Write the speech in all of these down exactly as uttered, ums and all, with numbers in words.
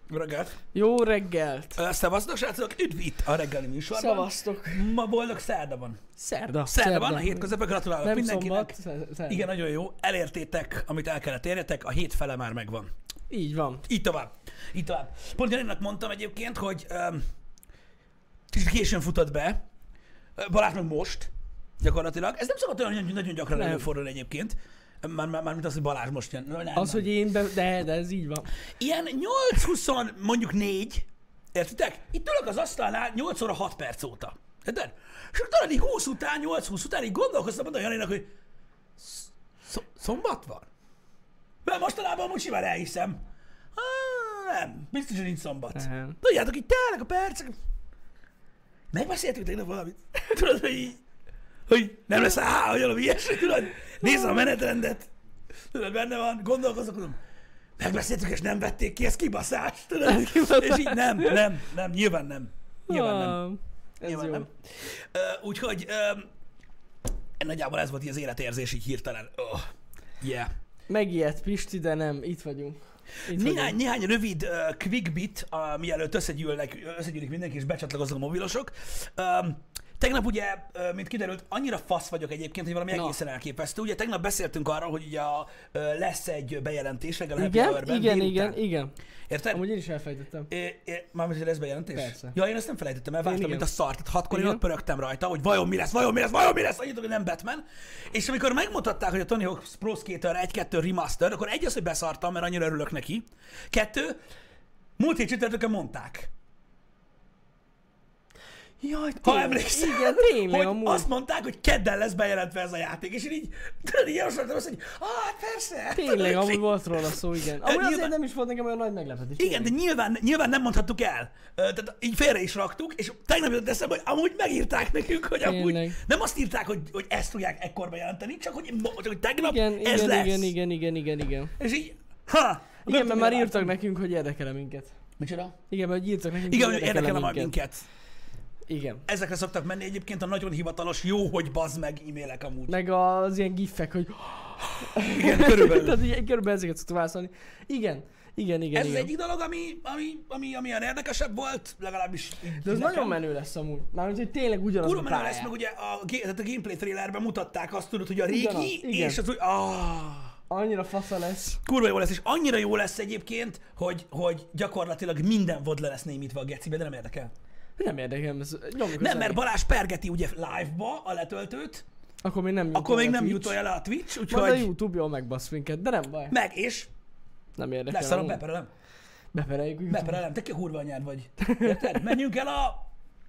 Jó reggelt! Jó reggelt! Ö, Szevasztok, srácok! Üdv itt a reggeli műsorban. Szevasztok! Ma boldog szerda van. Szerda. Szerda van, a hét közepén gratulálok Nem mindenkinek. szombat, szerda. Igen, nagyon jó. Elértétek, amit el kellett érjetek, a hét fele már megvan. Így van. Így tovább. Így tovább. Pont Janinak mondtam egyébként, hogy um, kicsit későn futott be. Balázs meg most, gyakorlatilag. Ez nem szokott olyan nagyon, nagyon gyakran Nem. előfordulni egyébként. Már, már, már mint az, hogy Balázs most jön. Nem, Az, nem. hogy én be... De, de ez így van. Ilyen nyolc húsz, mondjuk négy, értitek? Itt ülök az asztalnál nyolc óra hat perc óta. Érted? És akkor tudod, így húsz után, nyolc húsz után így gondolkoztam, mondom Janinak, hogy sz- sz- szombat van? Mert mostanában amúgy simán elhiszem. Ah, nem, biztos, hogy nincs szombat. Nem. Tudjátok, így telnek a percek. Megbeszéltünk tegnap valamit. Tudod, hogy így, hogy nem lesz á, hogy valami ilyesmi, tudod? Nézem a menetrendet. Tudod, benne van, gondolkozok, mondom, megbeszéltük és nem vették ki, ez kibaszás, tudod? És így nem, nem, nem, nyilván nem. Nyilván nem. Ah, Ez Nyilván jó. nem. Ö, úgyhogy ö, nagyjából ez volt így az életérzés így hirtelen. Oh, yeah. Megijedt Pisti, de nem. Itt vagyunk. Itt Néhány, vagyunk. néhány rövid uh, quick bit, uh, mielőtt összegyűlnek, összegyűlik mindenki és becsatlakoznak a mobilosok. Um, tegnap ugye, uh, mint kiderült, annyira fasz vagyok egyébként, hogy valami Na. egészen elképesztő. Ugye tegnap beszéltünk arról, hogy ugye a, uh, lesz egy bejelentés reggel a Happy Igen, Hour-ben igen, délután. igen, igen. Érted? Amúgy én is elfejtettem. É, é, Mármint, hogy lesz bejelentés? Persze. Ja, én ezt nem felejtettem el, vártam, Én mint a igen. szart. Tehát hatkor én Igen. ott pörögtem rajta, hogy vajon mi lesz, vajon mi lesz, vajon mi lesz, annyit, hogy nem Batman. És amikor megmutatták, hogy a Tony Hawk's Pro Skater egy kettő remaster, akkor egy az, hogy beszartam, mert annyira örülök neki. Kettő, múlt hét csütörtökön mondták. Jaj, Ha tényleg. emlékszel, Igen, tényleg hogy amúgy. azt mondták, hogy kedden lesz bejelentve ez a játék, és én így, tudod, így javasoltam azt, hogy ah, persze. Tényleg, Tudod, amúgy így- volt róla szó, igen. Amúgy nyilván- azért nem is volt nekem olyan nagy meglepetés. Igen, de nyilván, nyilván nem mondhattuk el. Ö, Tehát így félre is raktuk, és tegnap jutott eszembe, hogy amúgy megírták nekünk, hogy amúgy Tényleg. nem azt írták, hogy, hogy ezt fogják ekkor bejelenteni, csak hogy, mo- csak hogy tegnap Igen, ez igen, lesz. igen, igen, igen, igen, igen. És így, ha! Igen, mert már írtak neki. nekünk, hogy érdekel minket. Micsoda? Igen, mert hogy írtak nekünk, Igen, hogy érdekel-e érdekel majd minket. Igen. Ezekre szoktak menni egyébként a nagyon hivatalos jó, hogy bazd meg e-mailek amúgy. Meg az ilyen gifek, hogy... Igen, körülbelül. Tehát így, körülbelül ezeket szoktuk válaszolni. Igen, igen, igen, Ez az igen. egyik dolog, ami, ami, ami, ami olyan érdekesebb volt, legalábbis így De az nekem. nagyon menő lesz amúgy. Mármint, hogy tényleg ugyanaz Kurva a menő pálya. lesz, meg ugye a, ga- tehát a gameplay trailerben mutatták azt, tudod, hogy a régi, Ugyanaz, igen. és az úgy, ah, Annyira fasza lesz. kurva jó lesz, és annyira jó lesz egyébként, hogy, hogy gyakorlatilag minden vod le lesz némítva a gecibe, de nem érdekel. Nem érdekel, ez nyomjuk Nem, mert Balázs pergeti ugye live-ba a letöltőt, Akkor még nem akkor még a nem Twitch. jutolja le a Twitch, Majd a úgyhogy YouTube jól megbasz minket, de nem baj. meg, és Nem érdekel. lesz arra amúgy. beperelem. Bepereljük. a YouTube-ba. Beperelem, te ki a kurva anyád vagy. Érted? Menjünk el a...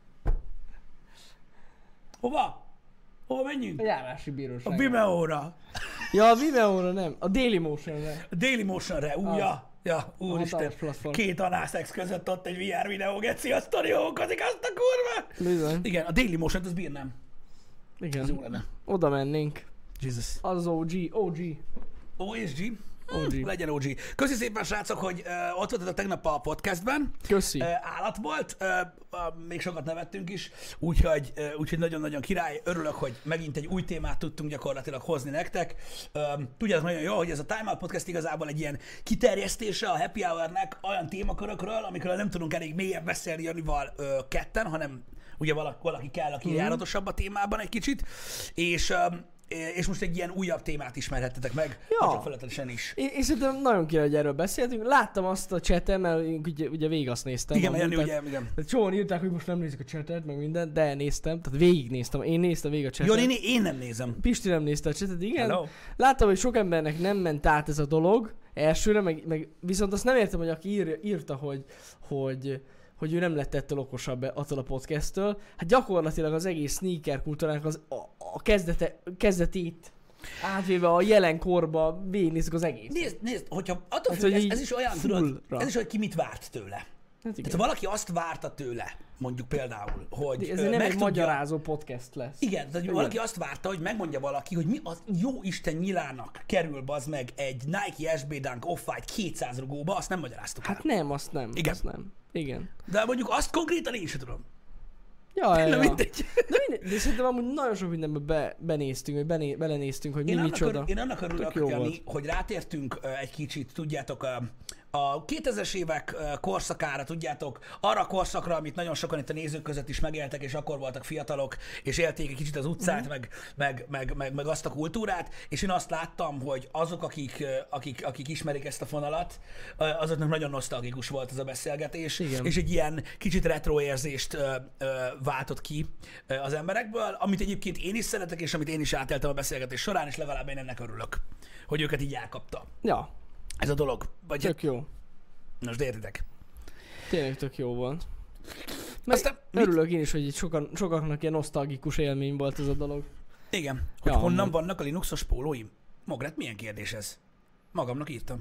Hova? Hova menjünk? A járási bíróság. A Vimeo-ra. Ja, a Vimeo-ra nem. A Dailymotion-re. A Dailymotion-re, ú, Az. ja. Ja, úristen. hatalmas platform. Két anászex között ott egy vé er videó, geci, a sztori hókozik, azt a kurva. Bizony. Igen, a Dailymotion-t, az bírnám. Ez jó Igen. lenne. Oda mennénk. Jesus. Az az o gé. o gé. o es gé? o gé. Legyen o gé. Köszi szépen, srácok, hogy uh, ott voltatok tegnap a podcastben. Köszi. Uh, állat volt, uh, uh, még sokat nevettünk is, úgyhogy, uh, úgyhogy nagyon-nagyon király. Örülök, hogy megint egy új témát tudtunk gyakorlatilag hozni nektek. Um, tudjátok nagyon jó, hogy ez a Time Out Podcast igazából egy ilyen kiterjesztése a Happy Hour-nek olyan témakörökről, amikről nem tudunk elég mélyen beszélni Janival uh, ketten, hanem ugye valaki, valaki kell, aki Mhm. járatosabb a témában egy kicsit, és um, és most egy ilyen újabb témát ismerhettetek meg, Ja. csak felületesen is. Én, én szerintem nagyon király, hogy erről beszéltünk. Láttam azt a chaten, mert én ugye, ugye végig azt néztem. Igen, amúgy, Jani, tehát- ugye, igen. Tehát sokan írták, hogy most nem nézik a chatet, meg minden, de néztem, tehát végignéztem. Én néztem végig a chatet. Jó, én, én nem nézem. Pisti nem nézte a chatet, igen. Hello. Láttam, hogy sok embernek nem ment át ez a dolog elsőre, meg, meg viszont azt nem értem, hogy aki ír, írta, hogy, hogy, hogy ő nem lett ettől okosabb attól a podcasttől. Hát gyakorlatilag az egész sneaker kultúrának az, a, a kezdete, kezdetét átvéve a jelenkorba végignézzük az egész. Nézd, nézd, hogyha attól Hát, függ, hogy ez, így ez is olyan, tudod, fullra. ez is olyan, ki mit várt tőle. Hát Tehát igen. ha valaki azt várta tőle, mondjuk például, hogy Ez ö, nem meg egy tudja, magyarázó podcast lesz. Igen, tehát hogy Igen. valaki azt várta, hogy megmondja valaki, hogy mi az jó Isten nyilának kerül bazd meg egy Nike es bé Dunk Off-White kétszáz rugóba, azt nem magyaráztuk Hát el. nem, azt nem. Igen. Azt nem. Igen. De mondjuk azt konkrétan én sem tudom. Ja, ja, Na ja. mindegy. De, minden, de szerintem amúgy nagyon sok mindenbe be, benéztünk, vagy bené, belenéztünk, hogy mi Én annak, micsoda. örül, én annak örülök, Tök jó Jani, volt. hogy rátértünk ö, egy kicsit, tudjátok, a, a kétezres évek ö, korszakára, tudjátok, arra a korszakra, amit nagyon sokan itt a nézők között is megéltek, és akkor voltak fiatalok, és élték egy kicsit az utcát, mm. meg, meg, meg, meg, meg azt a kultúrát, és én azt láttam, hogy azok, akik, ö, akik, akik ismerik ezt a fonalat, ö, azoknak nagyon nosztalgikus volt ez a beszélgetés, Igen. és egy ilyen kicsit retro érzést ö, ö, váltott ki ö, az emberekből, amit egyébként én is szeretek, és amit én is átéltem a beszélgetés során, és legalább én ennek örülök, hogy őket így elkapta. Ja, Ez a dolog. Vagy tök jó. most értitek. Tényleg tök jó volt. Meg Aztán örülök én is, hogy itt sokan, sokaknak ilyen nosztalgikus élmény volt ez a dolog. Igen. Hogy Ja, honnan amúgy. vannak a Linuxos pólóim? Mogret, milyen kérdés ez? Magamnak írtam.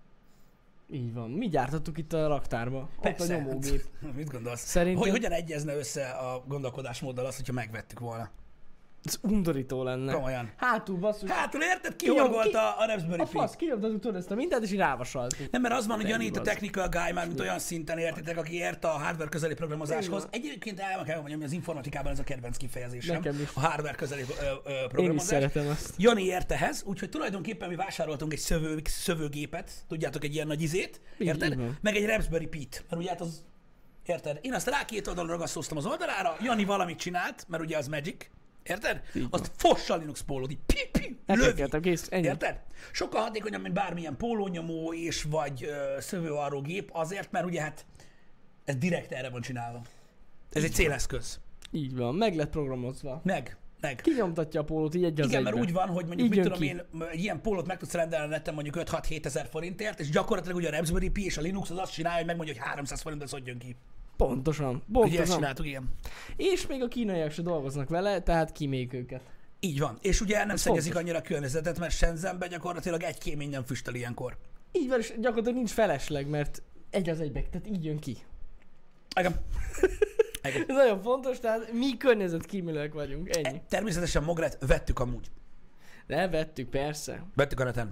Így van. Mi gyártottuk itt a raktárba. Ott a nyomógép. Mit gondolsz? Szerintem- Hogy hogyan egyezne össze a gondolkodásmóddal az, hogyha megvettük volna? Ez undorító lenne. Komolyan. Hátul basszus. Hátul érted? Kinyom- Kihorgolta a Raspberry A Pi. fasz, kinyomtattuk tudod ezt a mintát, és így rávasaltuk. Nem, mert az van, hogy Ennyi Jani itt a az. technical guy már, mint olyan szinten értitek, aki ért a hardware közeli programozáshoz. Igen. Egyébként el kell mondjam, hogy az informatikában ez a kedvenc kifejezésem. Nekem is. A hardware közeli ö, ö, Én is programozás. szeretem ezt. Jani ért ehhez, úgyhogy tulajdonképpen mi vásároltunk egy szövő, szövőgépet, tudjátok, egy ilyen nagy izét, Így- érted? így van. Meg egy Raspberry Pi-t, mert ugye hát az, érted? Én azt rá két oldalon ragasztoztam az oldalára, Jani valamit csinált, mert ugye az Magic, érted? Így Azt fossa a Linux pólót, így pi, pi, lövi. Elkezdtem, kész, ennyi. Érted? Sokkal hatékonyabb, mint bármilyen pólónyomó és vagy ö, szövőarró gép, azért, mert ugye hát ez direkt erre van csinálva. Ez egy céleszköz. Így van, meg lett programozva. Meg, meg. Kinyomtatja a pólót így egy az Igen, mert egybe. úgy van, hogy mondjuk Így mit jön tudom ki. én, egy ilyen pólót meg tudsz rendelni a neten mondjuk öt-hat-hét ezer forintért, és gyakorlatilag ugye a Raspberry Pi és a Linux az azt csinálja, hogy megmondja, hogy háromszáz forint az hogy jön ki. Pontosan, Ugye ezt pontosan. csináltuk, igen. És még a kínaiak se dolgoznak vele, tehát kíméljük őket. Így van. És ugye nem Ez szennyezik fontos. annyira a környezetet, mert Shenzhenben gyakorlatilag egy kémény nem füstöl ilyenkor. Így van, és gyakorlatilag nincs felesleg, mert egy az egybe, tehát így jön ki. Igen. Igen. Ez nagyon fontos, tehát mi környezetkímélőek vagyunk, ennyi. Természetesen Mogret vettük amúgy. De vettük, persze. Vettük a neten.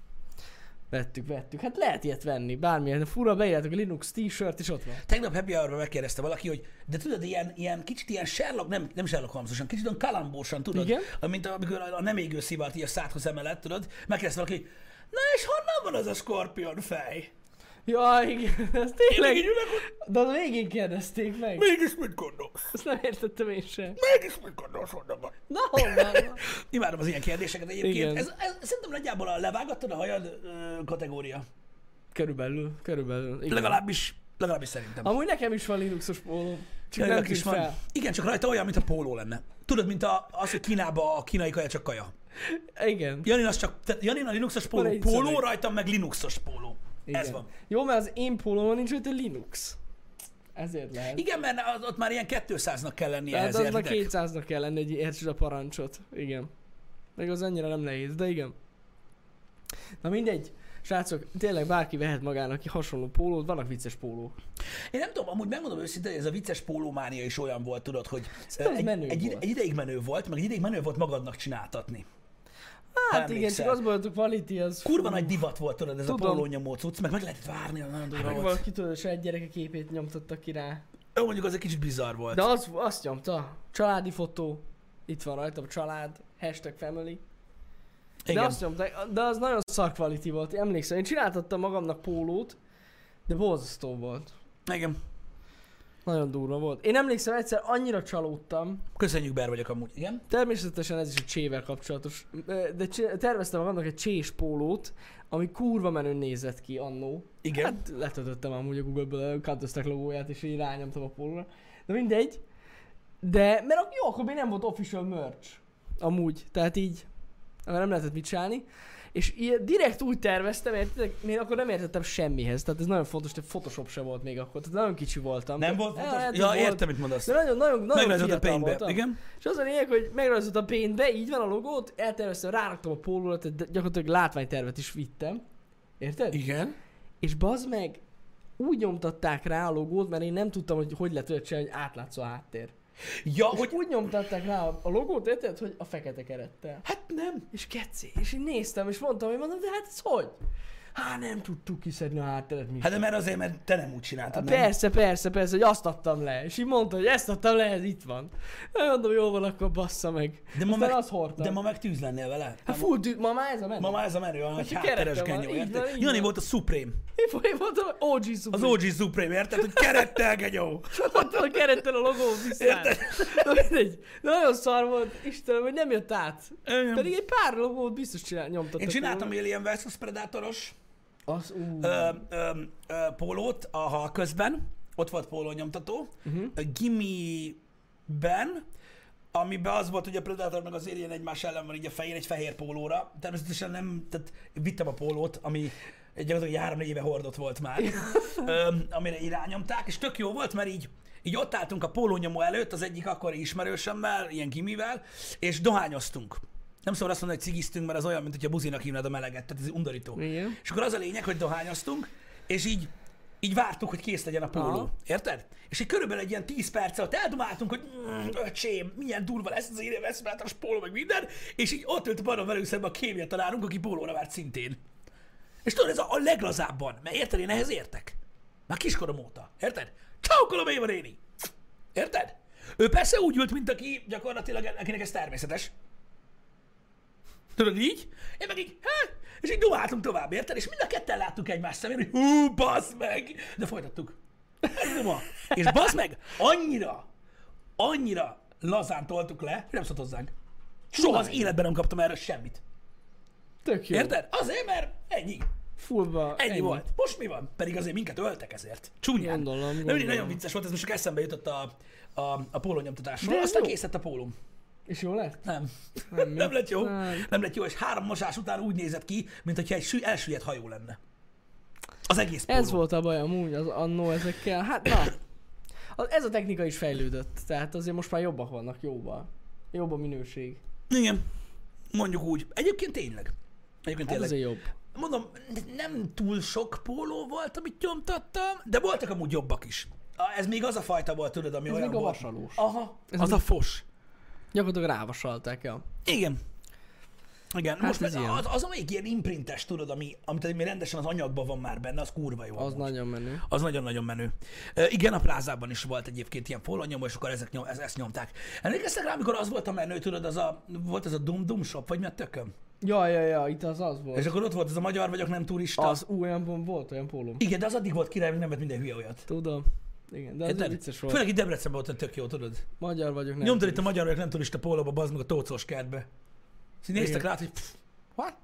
Vettük, vettük. Hát lehet ilyet venni, bármilyen. Fura, beírjátok a Linux t-shirt, és ott van. Tegnap Happy Hour-ban megkérdezte valaki, hogy de tudod, ilyen, ilyen kicsit ilyen Sherlock, nem, nem Sherlock Holmesosan, kicsit olyan kalambósan, tudod? Igen. Mint amikor a, a nem égő szivart így a szádhoz emelett, tudod? Megkérdezte valaki, hogy na és honnan van az a skorpion fej? Ja, igen, ez Én tényleg. meg így ülök, hogy De a végén kérdezték meg. mégis mit gondolsz? Ezt nem értettem én sem. Mégis mit gondolsz, honnan van? Na, honnan? Imádom az ilyen kérdéseket egyébként. Igen. Ez, ez, szerintem nagyjából a levágattad a hajad ö, kategória. Körülbelül, körülbelül. Igen. Legalábbis, legalábbis szerintem. Amúgy nekem is van Linuxos póló. Csak Tényleg nem is tűnt van. fel. Igen, csak rajta olyan, mint a póló lenne. Tudod, mint a, az, hogy Kínában a kínai kaja csak kaja. Igen. Janin az csak, tehát Janin a Linuxos Van póló, egy póló szöveg. rajtam meg Linuxos póló. Igen. Ez van. Jó, mert az én pólómon nincs rajta Linux. Ezért lehet. Igen, mert az, ott már ilyen kétszáznak kell lennie Tehát ezért. az már kétszáznak kell lenni, hogy értsd a parancsot. Igen. Meg az annyira nem nehéz, de igen. Na mindegy. Srácok, tényleg bárki vehet magának ki hasonló pólót, vannak vicces pólók. Én nem tudom, amúgy megmondom őszintén, hogy ez a vicces pólómánia is olyan volt, tudod, hogy Szerintem egy, menő egy, ide, volt. egy ideig menő volt, meg egy ideig menő volt magadnak csináltatni. Hát igen, emlékszel. csak az volt a quality, az... Kurva fú. nagy divat volt, tudod, ez Tudom. a pólónyomó cucc, meg meg lehetett várni, nagyon durva Meg volt. valaki tudod, a saját gyereke képét nyomtattak ki rá. Jó, mondjuk az egy kicsit bizarr volt. De az, azt nyomta. Családi fotó. Itt van rajta a család. Hashtag family. De Igen. azt nyomta, de az nagyon szar quality volt. Emlékszem, én csináltattam magamnak pólót, de borzasztó volt. Igen. Nagyon durva volt. Én emlékszem, egyszer annyira csalódtam. Köszönjük, Ber vagyok amúgy, igen. Természetesen ez is a csével kapcsolatos. De cse- terveztem magamnak egy csés pólót, ami kurva menőn nézett ki annó. Igen. Hát letöltöttem amúgy a Google-ből a Counter-Strike logóját, és így rányomtam a pólóra. De mindegy. De, mert ak- jó, akkor még nem volt official merch. Amúgy. Tehát így, mert nem lehetett mit csinálni. És ilyen direkt úgy terveztem, érted? Én akkor nem értettem semmihez. Tehát ez nagyon fontos, hogy Photoshop se volt még akkor. Tehát nagyon kicsi voltam. Nem De- volt Hát, fontos? hát Ja, volt. értem, mit mondasz. De nagyon, nagyon, nagyon Megrajzolt a fiatal paintbe, voltam. igen. És az a lényeg, hogy megrajzolt a paintbe, így van a logót, elterveztem, ráraktam a pólóra, tehát gyakorlatilag látványtervet is vittem. Érted? Igen. És bazd meg, úgy nyomtatták rá a logót, mert én nem tudtam, hogy hogy lehet olyat csinálni, hogy átlátszó a háttér. Ja, És hogy... úgy nyomtatták rá a- a logót, érted, hogy a fekete kerettel. Hát nem. És keci. És én néztem, és mondtam, hogy mondom, de hát ez hogy? hát nem tudtuk kiszedni a hátteret mi. Hát de mert azért, mert te nem úgy csináltad, nem? Persze, persze, persze, hogy azt adtam le. És így mondta, hogy ezt adtam le, ez itt van. Nem mondom, jó van, akkor bassza meg. De ma, Aztán meg, azt hordtam. de ma meg tűz lennél vele. Hát full tű, ma már ez a menő. Ma már ez a menő, a nagy Hát hátteres kerettel van, genyó, így érted? van, így Jani van. volt a Supreme. Én én voltam o gé Super. Az o gé Supreme, érted? Hogy kerettel genyó. Ott a kerettel a logó viszont. Érted? Na mindegy. De nagyon szar volt, Istenem, hogy nem jött át. Igen. Pedig egy pár logót biztos csinál, nyomtattak. Én csináltam volna. Alien versus Predatoros Az, ú. ö, ö, ö, pólót a hal közben. Ott volt póló nyomtató. Uh-huh. Gimme-ben, amiben az volt, hogy a Predator meg az Alien egymás ellen van így a fején egy fehér pólóra. Természetesen nem, tehát vittem a pólót, ami gyakorlatilag három-négy éve hordott volt már, ö, amire irányomták, és tök jó volt, mert így, így ott álltunk a pólónyomó előtt az egyik akkori ismerősömmel, ilyen Gimivel, és dohányoztunk. Nem szabad azt mondani, hogy cigiztünk, mert az olyan, mint hogyha buzinak hívnád a meleget, tehát ez undorító. Igen. És akkor az a lényeg, hogy dohányoztunk, és így, így vártuk, hogy kész legyen a póló. Aha. Érted? És egy körülbelül egy ilyen tíz perccel ott eldomáltunk, hogy mm, öcsém, milyen durva lesz az Alien versus Predatoros póló, meg minden, és így ott ült a barom velünk szemben a kémia tanárunk, aki pólóra várt szintén. És tudod, ez a, a leglazábban, mert érted, én ehhez értek. Már kiskorom óta, érted? Csaukolom Éva néni! Érted? Ő persze úgy ült, mint aki gyakorlatilag, akinek ez természetes. Tudod így? Én meg így, hát, és így dumáltunk tovább, érted? És mind a ketten láttuk egymás szemén, hogy hú, bazd meg! De folytattuk. Ez duma. És bazd meg, annyira, annyira lazán toltuk le, hogy nem szólt hozzánk. Soha az életben nem kaptam erről semmit. Tök jó. Érted? Azért, mert ennyi. Fullba. Ennyi, ennyi volt. Most mi van? Pedig azért minket öltek ezért. Csúnyán. Gondolom, De mindig gondolom. nagyon vicces volt, ez most csak eszembe jutott a, a, a pólónyomtatásról. De ez Aztán jó. kész lett a pólóm. És jó lett? Nem. Nem, Nem, lett jó. Nem. Nem lett jó, és három mosás után úgy nézett ki, mint hogyha egy sü- elsüllyedt hajó lenne. Az egész póló. Ez volt a baj amúgy, az annó ezekkel. Hát na, az- ez a technika is fejlődött, tehát azért most már jobbak vannak, jóban. Jobb a minőség. Igen. Mondjuk úgy. Egyébként tényleg. Egyébként Hát tényleg. azért jobb. Mondom, nem túl sok póló volt, amit nyomtattam, de voltak amúgy jobbak is. A- Ez még az a fajta volt, tudod, ami Ez olyan még a volt. vasalós. Aha, Ez az a- a fos. Gyakorlatilag rávasalták el. Igen. Igen, Hát most ez meg ilyen. az, az, amelyik ilyen imprintes, tudod, ami, amit ami rendesen az anyagban van már benne, az kurva jó. Az amúgy. nagyon menő. Az nagyon-nagyon menő. Uh, igen, a plázában is volt egyébként ilyen pólónyomó, és akkor ezek nyom, ez, ezt nyomták. Emlékeztek rá, amikor az volt a menő, tudod, az a, volt az a Dum Dum Shop, vagy mi a tököm? Ja, ja, ja, itt az az volt. És akkor ott volt ez a magyar vagyok, nem turista. Az ú, olyan volt, olyan pólóm. Igen, de az addig volt király, hogy nem vett minden hülye olyat. Tudom. Igen, de az Érted? vicces volt. Főleg itt Debrecenben volt tök jó, tudod. Magyar vagyok, nem. Nyomtad itt a magyar vagyok, nem turista pólóba, bazd meg a tócos kertbe. És így néztek Igen. rá, hogy pff, what?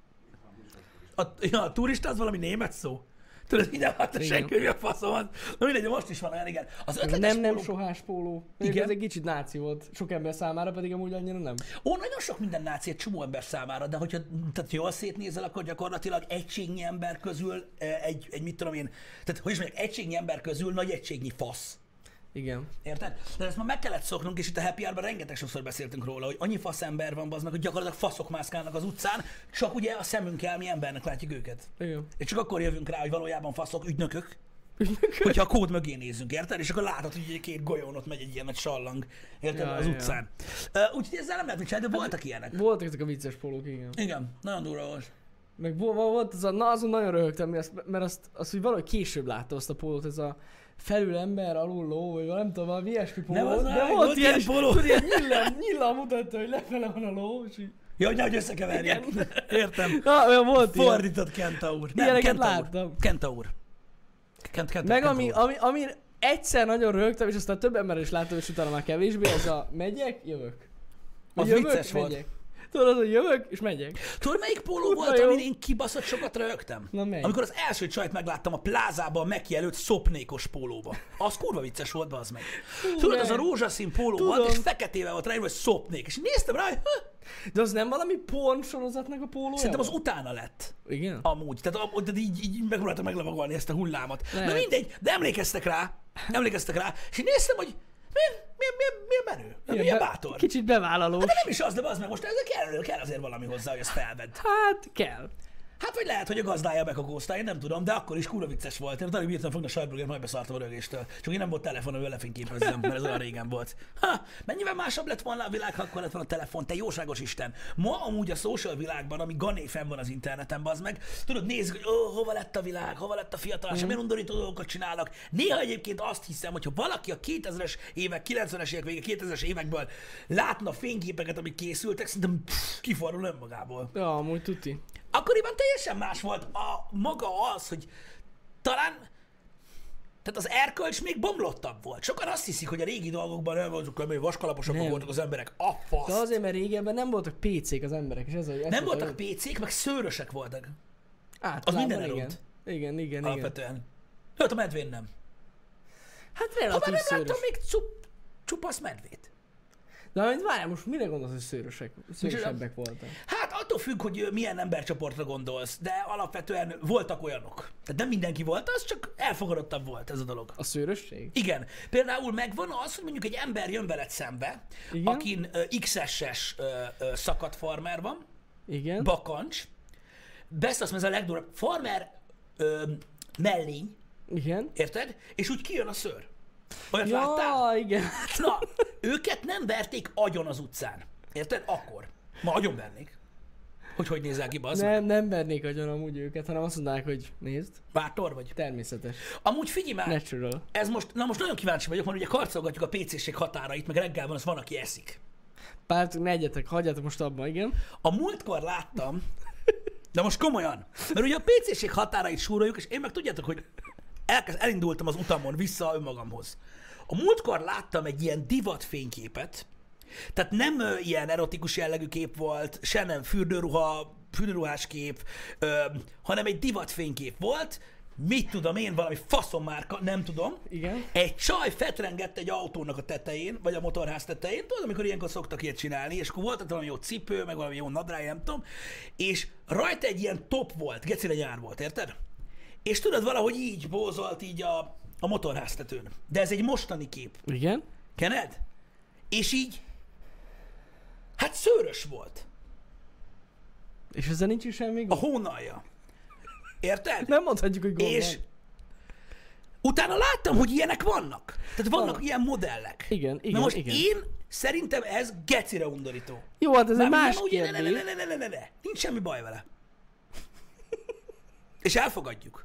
A, ja, a turista az valami német szó. Tudod, ide hát a Igen. senki, hogy a faszom az. Na mindegy, de most is van olyan, igen. Az Ez a ötletes nem, nem póló... sohás póló. Igen. Igen. Ez egy kicsit náci volt. Sok ember számára pedig amúgy annyira nem. Ó, nagyon sok minden náci egy csomó ember számára, de hogyha tehát jól szétnézel, akkor gyakorlatilag egységnyi ember közül eh, egy, egy mit tudom én, tehát hogy is mondjak, egységnyi ember közül nagy egységnyi fasz. Igen. Érted? De ezt már meg kellett szoknunk, és itt a Happy Hour-ban rengeteg sokszor beszéltünk róla, hogy annyi fasz ember van, bazd meg, hogy gyakorlatilag faszok mászkálnak az utcán, csak ugye a szemünkkel mi embernek látjuk őket. Igen. És csak akkor jövünk rá, hogy valójában faszok, ügynökök, hogyha a kód mögé nézünk, érted? És akkor látod, hogy egy két golyón ott megy egy ilyen nagy sallang, érted? Ja, az ja, utcán. Uh, úgyhogy ezzel nem lehet mit csinálni, de voltak ilyenek. Voltak ezek a vicces pólók, igen. Igen, nagyon durva volt. Meg vo- vo- volt az a, na azon nagyon röhögtem, mert azt, mert azt, azt hogy valahogy később láttam azt a pólót, ez a felül ember, alul ló, vagy nem tudom, valami ilyesmi póló. Nem, az de már- volt, volt ilyen, ilyen póló. tudod, ilyen nyillan, nyillan mutatta, hogy lefele van a ló, és így... Ja, hogy nehogy összekeverjek. Értem. Na, olyan volt ilyen. Fordított Kentaur. Nem, Ilyeneket Kentaur. láttam. Kentaur. Kent, Kent, Meg ami, Kentaur. ami, ami egyszer nagyon röhögtem, és aztán több ember is láttam, és utána már kevésbé, ez a megyek, jövök. Vagy Az jövök, vicces volt. megyek. Tudod, az, hogy jövök, és megyek. Tudod, melyik póló Kurva volt, jó. amin én kibaszott sokat rögtem? Na, melyik? Amikor az első csajt megláttam a plázában a Meki előtt szopnékos pólóba. Az kurva vicces volt, bazd meg. Tudod, meg. az a rózsaszín póló Tudom. volt, és feketével volt ráírva, hogy szopnék. És néztem rá, hogy ha, De az nem valami porn sorozatnak a pólója? szerintem az utána lett. Igen? Amúgy. Tehát, am- tehát így, így megpróbáltam meglavagolni ezt a hullámot. Lehet. Na mindegy, de emlékeztek rá, emlékeztek rá, és én néztem, hogy milyen, milyen, milyen, milyen menő, milyen, milyen be- bátor. Hát Kicsit bevállalós. De nem is az, de az meg most ez kell, kell azért valami hozzá, hogy ezt felvedd. Hát, kell. Hát vagy lehet, hogy a gazdája bekakózta, én nem tudom, de akkor is kurva vicces volt. Én alig bírtam fogni a sajtburgert, majd beszartam a rögéstől. Csak én nem volt telefonom, hogy lefényképezzem, mert ez olyan régen volt. Ha, mennyivel másabb lett volna a világ, ha akkor lett volna a telefon, te jóságos Isten. Ma amúgy a social világban, ami gané fenn van az interneten, bazd meg, tudod, nézzük, hogy oh, hova lett a világ, hova lett a fiatalság, mm. milyen undorító dolgokat csinálnak. Néha egyébként azt hiszem, hogy ha valaki a kétezres évek, kilencvenes évek vége, kétezres évekből látna fényképeket, amik készültek, szerintem pff, kiforul önmagából. Ja, amúgy tuti. Akkoriban teljesen más volt a maga az, hogy talán tehát az erkölcs még bomlottabb volt. Sokan azt hiszik, hogy a régi dolgokban nem voltunk, hogy vaskalaposabbak voltak az emberek. A fasz! De azért, mert régebben nem voltak pé cék az emberek, és ez a... Nem voltak pé cék, meg szőrösek voltak. Az minden igen. elont. Igen, igen, alapvetően. Igen. Hát a medvén nem. Hát relatív ha már nem szőrös. láttam még csup, csupasz medvét. De amit várjál, most mire gondolsz, hogy szőrösek, szőrösebbek voltak? Hát attól függ, hogy milyen embercsoportra gondolsz, de alapvetően voltak olyanok. Tehát nem mindenki volt az, csak elfogadottabb volt ez a dolog. A szőrösség? Igen. Például megvan az, hogy mondjuk egy ember jön veled szembe, igen? Akin uh, iksz es-es uh, uh, szakadt farmer van, igen? Bakancs, best azt mondja, ez a legdurvább, farmer uh, mellény, igen? Érted? És úgy kijön a szőr. Olyat ja, láttál? igen. Na, őket nem verték agyon az utcán. Érted? Akkor. Ma agyon vernék. Hogy hogy nézel ki, bazd? Nem, nem vernék agyon amúgy őket, hanem azt mondanák, hogy nézd. Bátor vagy? Természetes. Amúgy figyelj már. Natural. Ez most, na most nagyon kíváncsi vagyok, mert ugye karcolgatjuk a pé cé-ség határait, meg reggel van, az van, aki eszik. Pártok, ne egyetek, hagyjátok most abban, igen. A múltkor láttam, de most komolyan, mert ugye a pé cé-ség határait súroljuk, és én meg tudjátok, hogy elkezd, elindultam az utamon vissza önmagamhoz. A múltkor láttam egy ilyen divat fényképet, tehát nem ö, ilyen erotikus jellegű kép volt, se nem fürdőruha, fürdőruhás kép, ö, hanem egy divat fénykép volt, mit tudom én, valami faszommárka, nem tudom. Igen. Egy csaj fetrengett egy autónak a tetején, vagy a motorház tetején, tudod, amikor ilyenkor szoktak ilyet csinálni, és akkor volt valami jó cipő, meg valami jó nadrág, nem tudom, és rajta egy ilyen top volt, gecire nyár volt, érted? És tudod, valahogy így bózolt így a, a motorháztetőn. De ez egy mostani kép. Igen. Kened? És így, hát szőrös volt. És ezzel nincs is semmi A gond? hónalja. Érted? Nem mondhatjuk, hogy gond És van. utána láttam, hogy ilyenek vannak. Tehát vannak Van. ilyen modellek. Igen, igen, Na most igen. én szerintem ez gecire undorító. Jó, hát ez egy Mármint más nem úgy, ne, ne, kérdés. ne, ne, ne, ne, ne, ne. Nincs semmi baj vele. És elfogadjuk.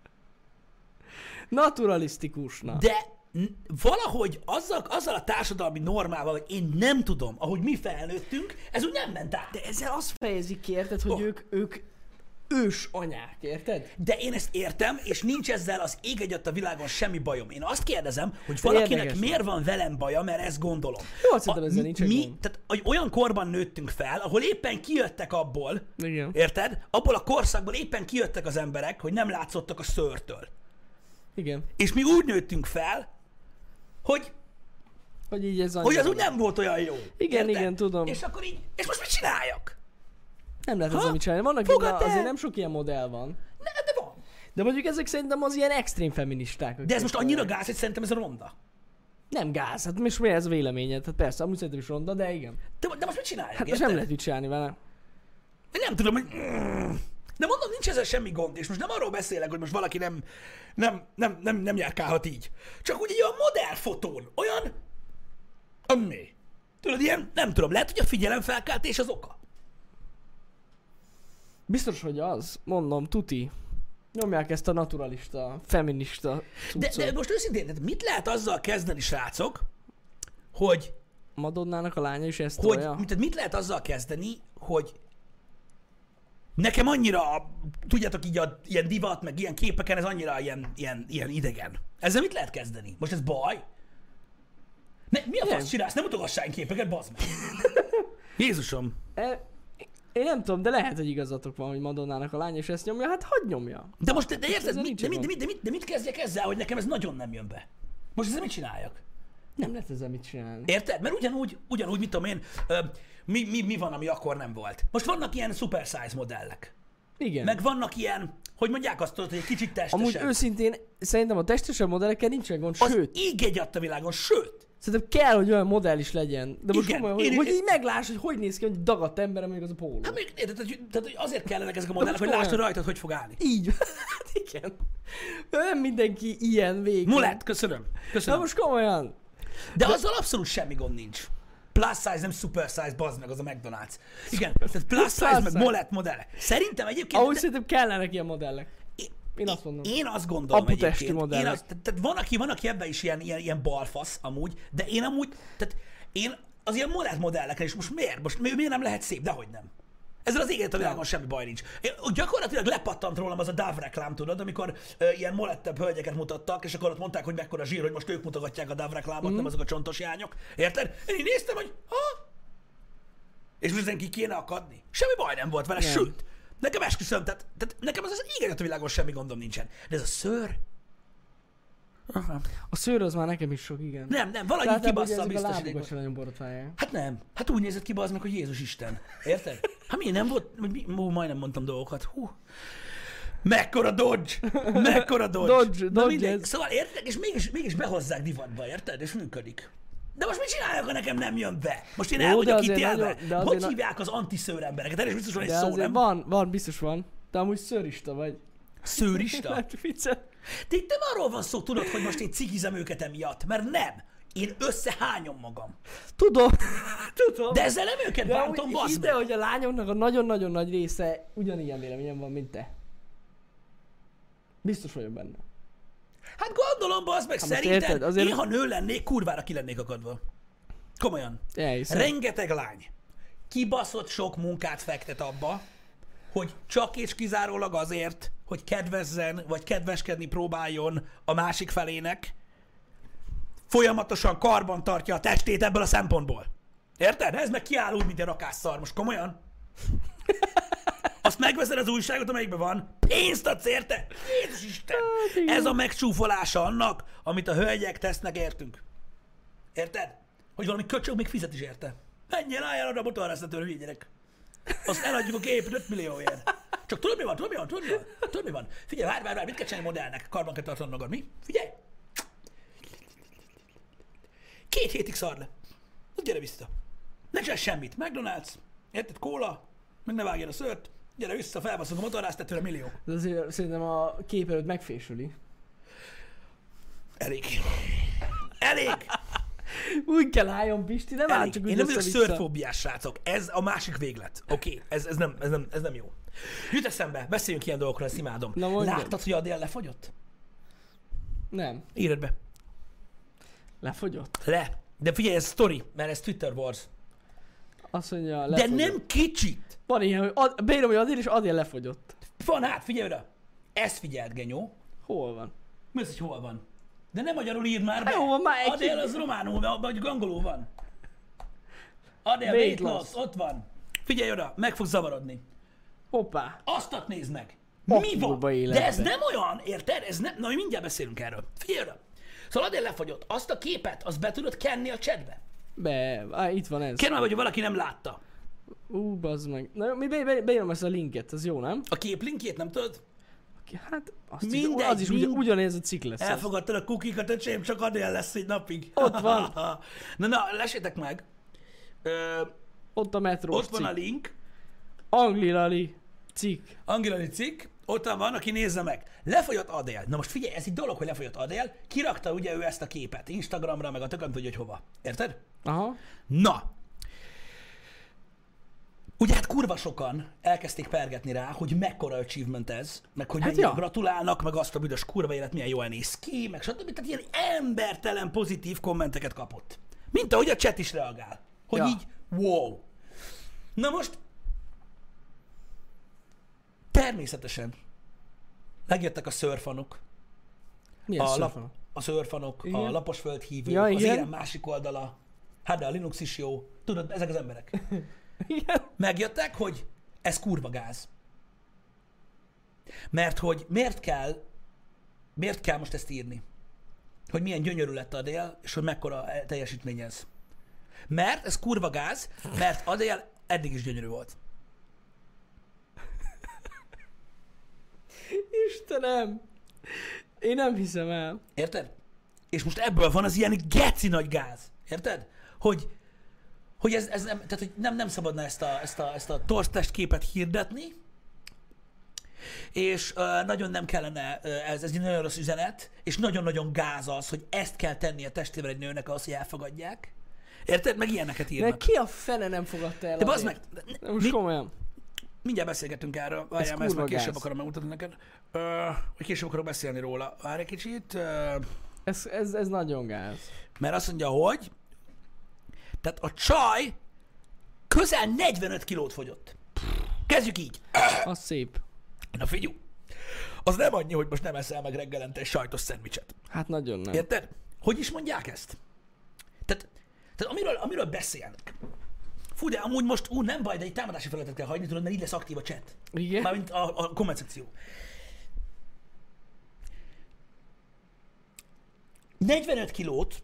Naturalisztikusnak. De n- valahogy azzal, azzal a társadalmi normával, hogy én nem tudom, ahogy mi felnőttünk, ez úgy nem ment át. De ezzel azt fejezik ki, érted, hogy Oh. ők, ők ős anyák, érted? De én ezt értem, és nincs ezzel az ég egyat a világon semmi bajom. Én azt kérdezem, hogy valakinek Érdekes miért van velem baja, mert ezt gondolom. Jó, azt szerintem ezzel mi, nincsen mi, gond. tehát, hogy olyan korban nőttünk fel, ahol éppen kijöttek abból, Igen. érted? Abból a korszakból éppen kijöttek az emberek, hogy nem látszottak a szőrtől. Igen. És mi úgy nőttünk fel, hogy, Hogy így ez hogy az annyira- úgy nem volt olyan jó. Igen, érted? igen, tudom. És akkor így, és most mit csináljak? Nem lehet Ha? ezzel mit csinálni. Vannak Fogad ilyen, el! azért nem sok ilyen modell van. Ne, de van. De mondjuk ezek szerintem az ilyen extrém feministák. De ez most annyira gáz, hogy szerintem ez a ronda. Nem gáz, hát most mi ez a véleményed? Hát persze, amúgy szerintem is ronda, de igen. De, de most mit csináljak? Hát most érted? nem lehet mit csinálni vele. Én nem tudom, hogy... De mondom, nincs ezzel semmi gond, és most nem arról beszélek, hogy most valaki nem, nem, nem, nem, nem járkálhat így. Csak úgy így a modellfotón olyan... Ami? Tudod, ilyen, nem tudom, lehet, hogy a figyelemfelkeltés az oka. Biztos, hogy az. Mondom, tuti. Nyomják ezt a naturalista, feminista De, cuccot. de most őszintén, tehát mit lehet azzal kezdeni, srácok, hogy, Madonnának a lánya is ezt hogy tolja? mit, mit lehet azzal kezdeni, hogy nekem annyira, tudjátok így, a, ilyen divat, meg ilyen képeken, ez annyira ilyen, ilyen, ilyen idegen. Ezzel mit lehet kezdeni? Most ez baj? Ne, mi a Nem. fasz csinálsz? Nem mutogassál ilyen képeket, bazd meg! Jézusom! E, én nem tudom, de lehet, hogy igazatok van, hogy Madonnának a lánya is ezt nyomja, hát hagyd nyomja. De most, de, de érted, Ezzel mit, nincs de, mit, gond. de, mit, de, mit, de mit kezdjek ezzel, hogy nekem ez nagyon nem jön be? Most ezzel mit csináljak? Nem lehet ezzel mit csinálni. Érted? Mert ugyanúgy, ugyanúgy, mit tudom én, ö, mi, mi, mi van, ami akkor nem volt. Most vannak ilyen super size modellek. Igen. Meg vannak ilyen, hogy mondják azt, tudod, hogy egy kicsit testesebb. Amúgy őszintén szerintem a testesebb modellekkel nincsen gond, Az sőt, ég egy a világon, sőt, Szerintem kell, hogy olyan modell is legyen. De most Igen, komolyan, hogy, én- hogy én- így megláss, hogy hogy néz ki, hogy dagadt ember, mondjuk az a póló. Hát még, érted, tehát, tehát, hogy azért kellenek ezek a modellek, most hogy lásd, hogy komolyan. rajtad hogy fog állni. Így. Hát igen. Nem mindenki ilyen végig. Molett, köszönöm. Na Köszönöm. most komolyan. De azzal abszolút semmi gond nincs. Plus size, nem super size, bazd meg, az a McDonald's. Igen, tehát plus size, meg size. molett modellek. Szerintem egyébként... Ahogy de- szerintem kellenek ilyen modellek. Én azt mondom. Én azt gondolom Aputesti egyébként. Én modellek. azt, tehát van, aki, van, aki ebben is ilyen, ilyen, ilyen balfasz amúgy, de én amúgy, tehát én az ilyen molett modelleken is most miért? Most mi- miért nem lehet szép? Dehogy nem. Ezzel az éget a világon semmi baj nincs. Én, gyakorlatilag lepattant rólam az a Dove reklám, tudod, amikor ö, ilyen molettebb hölgyeket mutattak, és akkor ott mondták, hogy mekkora zsír, hogy most ők mutogatják a Dove reklámot, mm. nem azok a csontos jányok. Érted? Én így néztem, hogy ha? És most ezen ki kéne akadni. Semmi baj nem volt vele, Nem. sőt. Nekem esküszöm, tehát, tehát nekem az az éget a világon semmi gondom nincsen. De ez a szőr? Aha. A szőr az már nekem is sok, igen. Nem, nem, valahogy Tehát kibassza a ezek a lábukat biztosítékot. sem nagyon borotválják. Hát nem. Hát úgy nézett ki az meg, hogy Jézus Isten. Érted? Hát mi nem volt, hogy mi, hú, majdnem mondtam dolgokat. Hú. Mekkora Dodge! Mekkora Dodge! Dodge, Na Dodge mindegy. ez. Szóval érted? És mégis, mégis behozzák divatba, érted? És működik. De most mit csinálják, ha nekem nem jön be? Most én el Jó, vagyok de azért ítélve. nagyon- de Hogy azért na- hívják az antiszőr embereket? Erre is biztos van egy De szó, azért nem? van, van, biztos van. Te amúgy szőrista vagy. Szőrista? Hát vicce. De itt nem arról van szó, tudod, hogy most én cikizem őket emiatt, mert nem. Én összehányom magam. Tudom, tudom. De ezzel nem őket De bántom, amúgy bazd hidd meg. el, hogy a lányoknak a nagyon-nagyon nagy része ugyanilyen véleményem van, mint te. Biztos vagyok benne. Hát gondolom, bazd meg, Hát most szerinted érted, azért- én, ha nő lennék, kurvára ki lennék akadva. Komolyan. Elhiszem. Rengeteg lány kibaszott sok munkát fektet abba, hogy csak és kizárólag azért, hogy kedvezzen, vagy kedveskedni próbáljon a másik felének, folyamatosan karban tartja a testét ebből a szempontból. Érted? Ez meg kiáll úgy, mint egy rakásszar. Most komolyan? Azt megveszed az újságot, amelyikben van, pénzt adsz érte? Jézus Isten! Ez a megcsúfolása annak, amit a hölgyek tesznek értünk. Érted? Hogy valami köcsög még fizet is érte. Menjél, álljál oda a motorháztatőre, hülye gyerek. Azt eladjuk a gépet öt millióért. Csak tudod mi van? Tudod mi van? Tudod mi van? Tudod mi van? Figyelj, várj, várj, várj, mit kell csinálni modellnek? Karban kell tartanod magad, mi? Figyelj! Két hétig szar le. Na gyere vissza. Ne csinálj semmit. McDonald's, érted? Kóla, meg ne vágjál a szőrt. Gyere vissza, felbaszod a motorháztetőre millió. De azért szerintem a kép előtt megfésüli. Elég. Elég. Úgy kell álljon, Pisti, nem áll Elég. csak Én úgy nem vagyok össze-vissza. szőrfóbiás, srácok. Ez a másik véglet. Oké, okay. ez, ez, nem, ez, nem, ez nem jó. Jut eszembe, beszéljünk ilyen dolgokról, ezt imádom. Na mondjad. Láttad, hogy Adél lefogyott? Nem. Írd be. Lefogyott? Le. De figyelj, ez story, mert ez Twitter Wars. Azt mondja, De lefogyott. nem kicsit. Van ilyen, hogy ad, beírom, hogy azért is azért lefogyott. Van hát, figyelj oda. Ezt figyeld, genyó. Hol van? Mi az, hogy hol van? De nem magyarul írd már be. Hát jó, van már egy- Adél az románul, vagy angolul van. Adél, Weight weight loss, ott van. Figyelj oda, meg fog zavarodni. Hoppá. Azt nézd meg. A Mi van? kurva De életbe. ez nem olyan, érted? Ez nem, na, mi mindjárt beszélünk erről. Figyelj oda. Szóval Adél lefogyott. Azt a képet, azt be tudod kenni a chatbe? Be, á, itt van ez. Kérem, hogy valaki nem látta. Ú, bazd meg. Na jó, mi be, be, beírom ezt a linket, az jó, nem? A kép linkjét nem tudod? Hát, azt Mindegy, is, az is mind- ugyan, ugyanez a cikk lesz. Az. Elfogadtad a kukikat, öcsém, csak Adél lesz egy napig. Ott van. na, na, lesétek meg. Ö, Ott a metrós ott van cikk. a link. Anglilali cikk. Angilani cikk, ott van, aki nézze meg. Lefogyott Adél. Na most figyelj, ez egy dolog, hogy lefogyott Adél. Kirakta ugye ő ezt a képet Instagramra, meg a tököm tudja, hogy hova. Érted? Aha. Na. Ugye hát kurva sokan elkezdték pergetni rá, hogy mekkora achievement ez, meg hogy Hát mennyire ja. gratulálnak, meg azt a büdös kurva élet milyen jól néz ki, meg stb. Tehát ilyen embertelen pozitív kommenteket kapott. Mint ahogy a chat is reagál. Hogy Ja. így, wow. Na most, természetesen megjöttek a szörfanok, Milyen a, szörfanok? lap, a szörfanok, Igen. a laposföld hívők, Ja, az igen. érem másik oldala, hát de a Linux is jó, tudod, ezek az emberek. Igen. Megjöttek, hogy ez kurva gáz. Mert hogy miért kell, miért kell most ezt írni? Hogy milyen gyönyörű lett Adél, és hogy mekkora teljesítmény ez. Mert ez kurva gáz, mert Adél eddig is gyönyörű volt. Istenem. Én nem hiszem el. Érted? és most ebből van az ilyen geci nagy gáz. Érted? Hogy, hogy ez, ez nem, tehát, hogy nem, nem szabadna ezt a, ezt a, ezt a torz testképet hirdetni, és uh, nagyon nem kellene, uh, ez, ez egy nagyon rossz üzenet, és nagyon-nagyon gáz az, hogy ezt kell tenni a testével egy nőnek ahhoz, hogy elfogadják. Érted? Meg ilyeneket írnak. De ki a fene nem fogadta el? De bazd meg, De most mi, komolyan. mindjárt beszélgetünk erről, várjál, mert ezt már később akarom megmutatni neked. Uh, vagy később akarok beszélni róla. Várj egy kicsit. Uh, Ez, ez, ez nagyon gáz. mert azt mondja, hogy tehát a csaj közel negyvenöt kilót fogyott. Kezdjük így. Az szép. Na figyelj, az nem annyi, hogy most nem eszel meg reggelente egy sajtos szendvicset. Hát nagyon nem. Érted? Hogy is mondják ezt? Tehát, tehát amiről, amiről beszélnek. Fú, de amúgy most ú, nem baj, de egy támadási felületet kell hagyni, tudod, mert így lesz aktív a chat. Igen? Mármint a, a komment szekció. negyvenöt kilót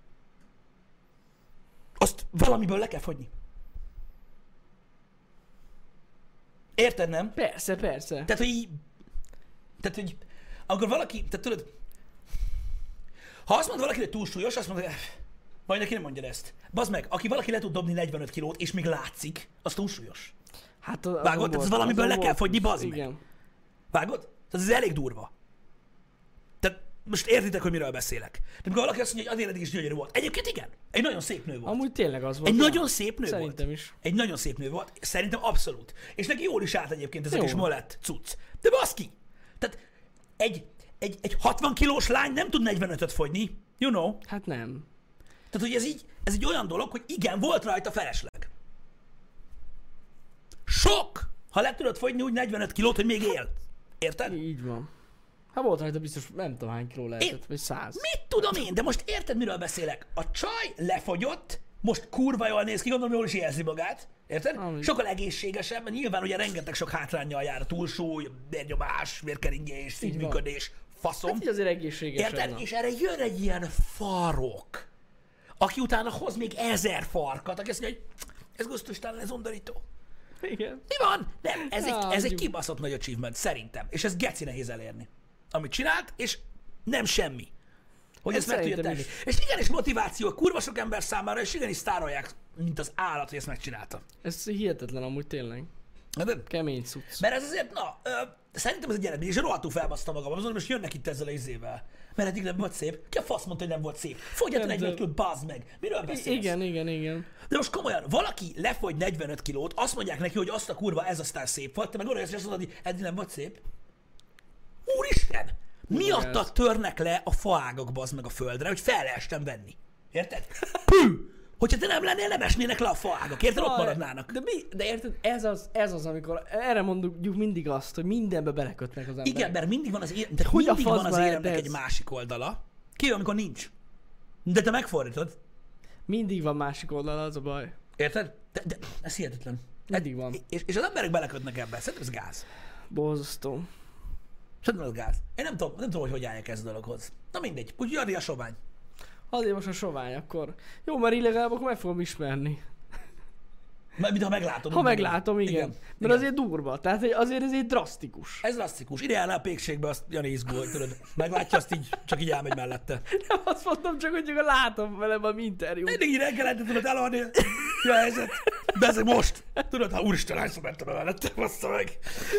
azt valamiből le kell fogyni. Érted, nem? Persze, persze. Tehát, hogy így, tehát, hogy amikor valaki, tehát tudod, ha azt mondod valaki, hogy túlsúlyos, azt mondod, hogy majd neki nem mondja ezt. Bazd meg, aki valaki le tud dobni negyvenöt kilót, és még látszik, az túlsúlyos. Hát a, Vágod? Tehát ez valamiből le kell fogyni, bazd meg. Igen. Vágod? Tehát ez elég durva. Tehát most értitek, hogy miről beszélek. De amikor valaki azt mondja, hogy az eddig is gyönyörű volt. Egyébként igen, egy nagyon szép nő volt. Amúgy tényleg az volt. Egy ja. nagyon szép nő Szerintem volt. is. Egy nagyon szép nő volt. Szerintem abszolút. És neki jól is állt egyébként ez a Jó. kis molett cucc. De baszki! Tehát egy, egy, egy hatvan kilós lány nem tud negyvenötöt fogyni. You know? Hát nem. Tehát, hogy ez így, ez egy olyan dolog, hogy igen, volt rajta felesleg. Sok! Ha le tudod fogyni úgy negyvenöt kilót, hogy még él. Érted? Így van. Hát volt rajta biztos, nem tudom hány kiló lehetett, Én- vagy száz. Mit tudom én? De most érted, miről beszélek? A csaj lefogyott, most kurva jól néz ki, gondolom, jól is érzi magát. Érted? Amúgy. Sokkal egészségesebb, mert nyilván ugye rengeteg sok hátránnyal jár a túlsúly, vérnyomás, vérkeringés, szívműködés, faszom. Hát így azért egészséges. Érted? És erre jön egy ilyen farok, aki utána hoz még ezer farkat, aki azt mondja, hogy ez gusztustalan, ez undorító. Igen. Mi van? Nem, ez egy, Á, ez egy jó. kibaszott nagy achievement, szerintem. És ez geci nehéz elérni. Amit csinált, és nem semmi. Hogy Ez ezt meg tudja szerintem tenni. is. És igenis motiváció a kurva sok ember számára, és igenis sztárolják, mint az állat, hogy ezt megcsinálta. Ez hihetetlen amúgy tényleg. De, Kemény cucc. mert ez azért, na, ö, szerintem ez egy eredmény, és rohadtul felbasztam magam, azon most jönnek itt ezzel az izével. Mert eddig nem volt szép. Ki a fasz mondta, hogy nem volt szép? Fogyját a Nem, negyvenöt de- kilót, bazd meg. Miről beszélsz? Igen, igen, igen. De most komolyan, valaki lefogy negyvenöt kilót, azt mondják neki, hogy azt a kurva, ez aztán szép volt, te meg oda jössz, és azt mondod, hogy eddig nem volt szép. Úristen! Miatta ez? törnek le a faágak, bazd meg a földre, hogy fel lehessen venni. Érted? Pű! Hogyha te nem lennél, nem esnének le a faágak, érted? Ott maradnának. De, mi, de érted, ez az, ez az, amikor erre mondjuk mindig azt, hogy mindenbe belekötnek az emberek. Igen, mert mindig van az, ér... de Hogy a mindig van az faszba éremnek lehet egy ez? másik oldala. Ki, amikor nincs. De te megfordítod. Mindig van másik oldal, az a baj. Érted? De, de ez hihetetlen. Mindig van. És, és az emberek belekötnek ebbe. Szerintem ez gáz. Borzasztó. Szerintem ez gáz. Én nem tudom, nem tudom, hogy hogy álljak ez a dologhoz. Na mindegy. Úgyhogy Adi a sovány. Azért most a sovány, akkor... Jó, mert így legalább akkor meg fogom ismerni. Mert mintha meglátom. Ha mindenki. meglátom, igen. igen. Mert igen. azért durva, tehát hogy azért ez egy drasztikus. Ez drasztikus. Ideálná a pékségbe, azt Jani izgul, hogy tudod. Meglátja, azt így csak így elmegy mellette. Nem azt mondtam csak, hogy csak látom velem a interjú. Mindig így reggelente tudod elalni. Mi a helyzet? De ez most. Tudod, ha úristen, hányszor mentem el mellette, bassza meg.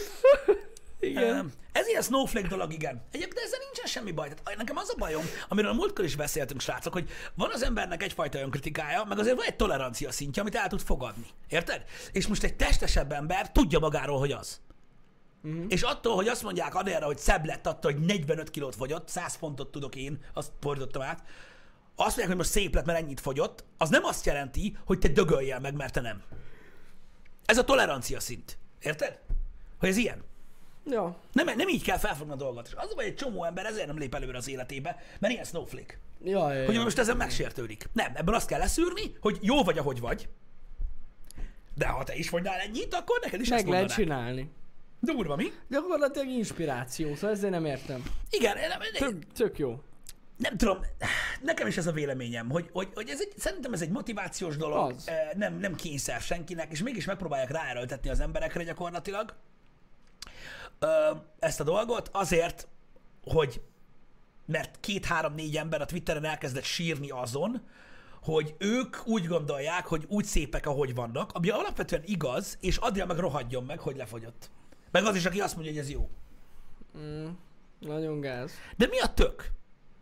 Igen. Um, ez ilyen snowflake dolog, igen. Egyébként ezzel nincsen semmi baj. Tehát nekem az a bajom, amiről a múltkor is beszéltünk, srácok, hogy van az embernek egyfajta önkritikája, meg azért van egy tolerancia szintje, amit el tud fogadni. Érted? És most egy testesebb ember tudja magáról, hogy az. Uh-huh. És attól, hogy azt mondják Adélra, hogy szebb lett attól, hogy negyvenöt kilót fogyott, száz fontot tudok én, azt fordítottam át, azt mondják, hogy most szép lett, mert ennyit fogyott, az nem azt jelenti, hogy te dögöljél meg, mert te nem. Ez a tolerancia szint. Érted? Hogy ez ilyen. Ja. Nem, nem így kell felfogni a dolgot. És az a baj, egy csomó ember ezért nem lép előre az életébe, mert ilyen snowflake. Ja, ja, Hogy ja. most ezen megsértődik. Nem, ebből azt kell leszűrni, hogy jó vagy, ahogy vagy, de ha te is fogynál ennyit, akkor neked is Meg ezt lehet mondanák. csinálni. Durva, mi? Gyakorlatilag inspiráció, szóval ezért nem értem. Igen, nem, nem, Tök, tök jó. nem tudom, nekem is ez a véleményem, hogy, hogy, hogy ez egy, szerintem ez egy motivációs dolog, Az. eh, nem, nem kényszer senkinek, és mégis megpróbálják ráerőltetni az emberekre gyakorlatilag ö, ezt a dolgot azért, hogy mert két-három-négy ember a Twitteren elkezdett sírni azon, hogy ők úgy gondolják, hogy úgy szépek, ahogy vannak, ami alapvetően igaz, és Adrián meg rohadjon meg, hogy lefogyott. Meg az is, aki azt mondja, hogy ez jó. Mm, nagyon gáz. De mi a tök?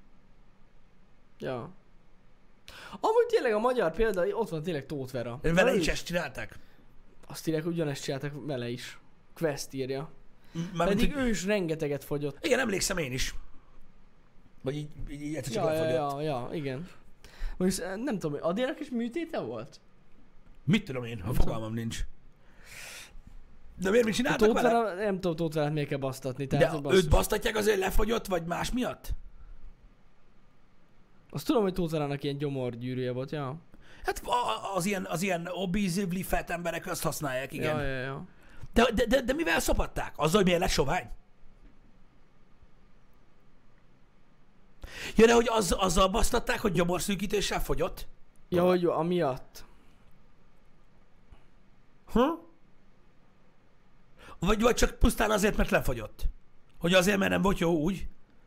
Ja. Amúgy tényleg a magyar példa, ott van tényleg Tóth Vera. Vele is ezt csinálták? Azt írják, ugyanezt csináltak vele is. Quest írja. Mármint, Pedig hogy... ő is rengeteget fogyott. Igen, emlékszem én is. Vagy így, így, így egyszer csak Ja, ja, lefogyott. ja, ja, igen. Mondjuk, nem tudom, Adélnak is műtéte volt? Mit tudom én, ha fogalmam nincs. De miért mit csináltak Tóth vele? Vera, nem tudom, Tóth Verát miért kell basztatni. De Tehát, hogy őt basztatják azért, hogy lefogyott, vagy más miatt? Azt tudom, hogy Tóth Verának ilyen gyomorgyűrűje volt, ja. Hát a- az ilyen, az ilyen obesively fat emberek azt használják, igen. Ja, ja, ja. De, de, de, de mivel szopatták? Azzal, hogy milyen lesovány? Ja, de hogy az, azzal basztatták, hogy gyomorszűkítéssel fogyott? Ja, hogy jó, amiatt. Hm? Vagy, vagy csak pusztán azért, mert lefogyott? Hogy azért, mert nem volt jó úgy?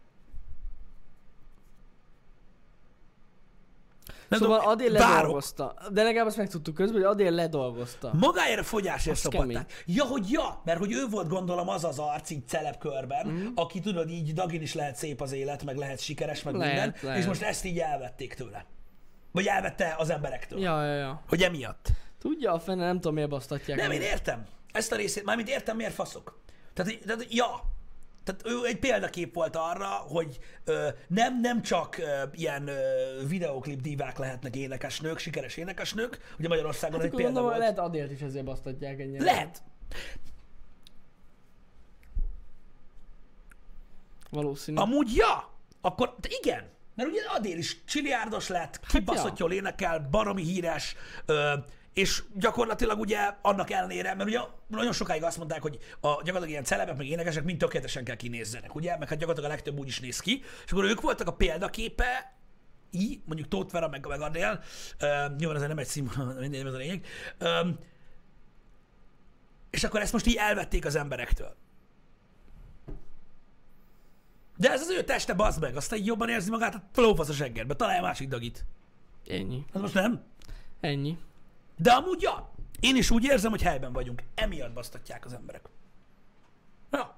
Nem Szóval tudom, Adél várok. ledolgozta. De legalább azt megtudtuk közben, hogy Adél ledolgozta. Magáért a fogyásért Az szopatták. Ja, hogy ja, mert hogy ő volt gondolom az az arc így celebkörben, Mhm. mm. aki tudod így dagin is lehet szép az élet, meg lehet sikeres, meg Lehet, minden, lehet. és most ezt így elvették tőle. Vagy elvette az emberektől. Ja, ja, ja. Hogy emiatt. Tudja a fene, nem tudom miért basztatják. Nem, meg. én értem. Ezt a részét, mármint értem, miért faszok. Tehát, tehát ja. Tehát ő egy példakép volt arra, hogy ö, nem, nem csak ö, ilyen ö, videóklip divák lehetnek énekesnők, sikeres énekesnők, ugye Magyarországon Hát egy akkor példa gondolom, volt. lehet Adélt is ezért basztatják ennyire. Lehet. Valószínű. Amúgy ja. Akkor de igen. Mert ugye Adél is csiliárdos lett, kibaszott ja. jól énekel, baromi híres, ö, és gyakorlatilag ugye annak ellenére, mert ugye nagyon sokáig azt mondták, hogy a gyakorlatilag ilyen celebek, meg énekesek mind tökéletesen kell kinézzenek, ugye? Meg hát gyakorlatilag a legtöbb úgy is néz ki. És akkor ők voltak a példaképe, így, mondjuk Tóth Vera, meg, meg Adél, uh, nyilván ez nem egy színvonal, mindegy, ez a lényeg. Um, és akkor ezt most így elvették az emberektől. De ez az ő teste, bazd meg, aztán így jobban érzi magát, hát lófasz a seggedbe, találj másik dagit. Ennyi. Hát most nem. Ennyi. De amúgy, ja, én is úgy érzem, hogy helyben vagyunk. Emiatt basztatják az emberek. Ja,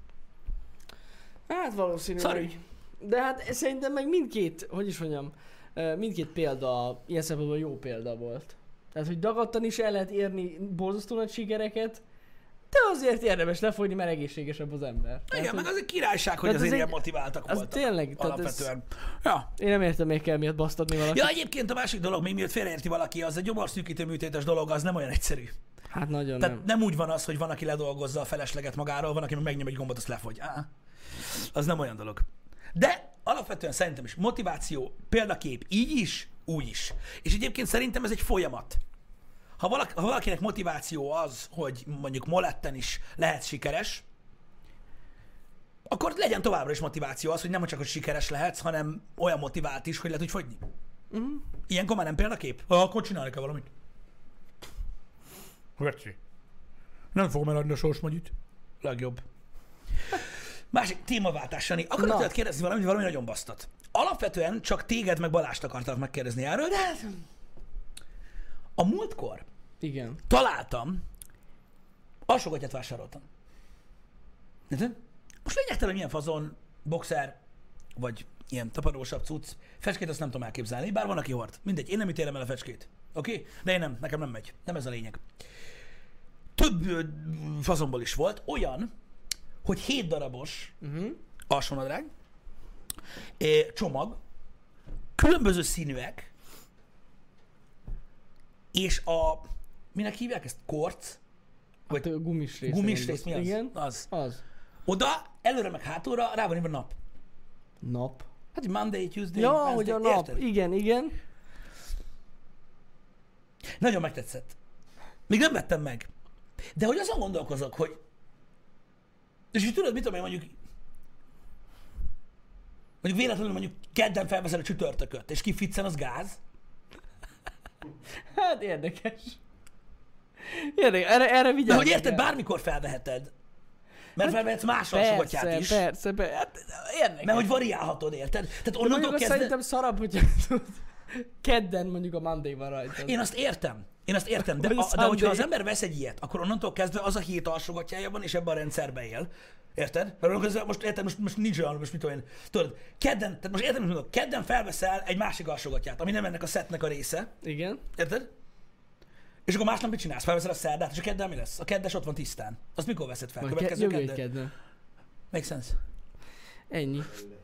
Hát valószínű. Sorry. hogy- De hát szerintem meg mindkét, hogy is mondjam, ö, mindkét példa, ilyen szempontból jó példa volt. Tehát, hogy dagadtan is el lehet érni borzasztó nagy sikereket, de azért érdemes lefogyni, mert egészségesebb az ember. Tehát, igen, hogy meg az egy királyság, hogy Tehát azért ez ilyen egy- motiváltak az voltak. tényleg, tehát ez- Alapvetően. Ja. Én nem értem, miért kell miatt basztatni valakit. Ja, egyébként a másik dolog, még miatt félreérti valaki, az egy gyomorszűkítő műtétes dolog, az nem olyan egyszerű. Hát nagyon Tehát nem. nem úgy van az, hogy van, aki ledolgozza a felesleget magáról, van, aki meg megnyom egy gombot, azt lefogy. Á, az nem olyan dolog. De alapvetően szerintem is motiváció, példakép, így is, úgy is. És egyébként szerintem ez egy folyamat. Ha, valaki, ha valakinek motiváció az, hogy mondjuk moletten is lehet sikeres, akkor legyen továbbra is motiváció az, hogy nem csak, hogy sikeres lehetsz, hanem olyan motivált is, hogy le tudj fogyni. Uh-huh. Ilyenkor már nem példakép? Ha, akkor csinálni kell valamit. Vecsi. Nem fogom eladni a sorsmagyit. Legjobb. Másik témaváltás, Sani. Akarod Na. tőled kérdezni valamit, valami nagyon basztat. Alapvetően csak téged meg Balást akartak megkérdezni erről, de a múltkor Igen. találtam, alsógatyát vásároltam. Érted? Most lényegtelen, hogy milyen fazon, boxer, vagy ilyen tapadósabb cucc, fecskét azt nem tudom elképzelni, bár van, aki hord. Mindegy, én nem ítélem el a fecskét. Oké? Okay? De én nem, nekem nem megy. Nem ez a lényeg. Több ö, fazonból is volt, olyan, hogy hét darabos Uh-huh. alsónadrág, eh, csomag, különböző színűek, és a, minek hívják ezt? Korc? Vagy a gumis rész. Gumis rész, mi az? Igen. Az. Az. Oda, előre meg hátulra rá van írva nap. Nap. Hát egy Monday, Tuesday, Ja, Wednesday, hogy a nap. érted? Igen, igen. Nagyon megtetszett. Még nem vettem meg. De hogy azon gondolkozok, hogy... És így tudod, mit tudom én mondjuk... Mondjuk véletlenül mondjuk kedden felveszel a csütörtököt, és kificen, az gáz. Hát érdekes. Érdekes. Erre, erre De vigyázz. hogy érted, bármikor felveheted. Mert felvehetsz más Persze, alsógatyát is. persze, persze. Hát, érdekes. Mert hogy variálhatod, érted? Tehát De onnantól mondjuk kezdve... szerintem szarabb, hogyha tudod, kedden mondjuk a Monday van rajta. Én azt értem. Én azt értem, de, Vagy a, de hogyha Sunday. az ember vesz egy ilyet, akkor onnantól kezdve az a hét alsógatyája van, és ebben a rendszerben él. Érted? Mert onnantól kezdve most érted, most, most nincs olyan, most mit tudom én. Tudod, kedden, tehát most érted, mit mondok, kedden felveszel egy másik alsógatyát, ami nem ennek a szetnek a része. Igen. Érted? És akkor másnap mit csinálsz? Felveszel a szerdát, és a kedden mi lesz? A keddes ott van tisztán. Azt mikor veszed fel? Vagy ke- Következő jövő egy kedden? kedden. Make sense. Ennyi.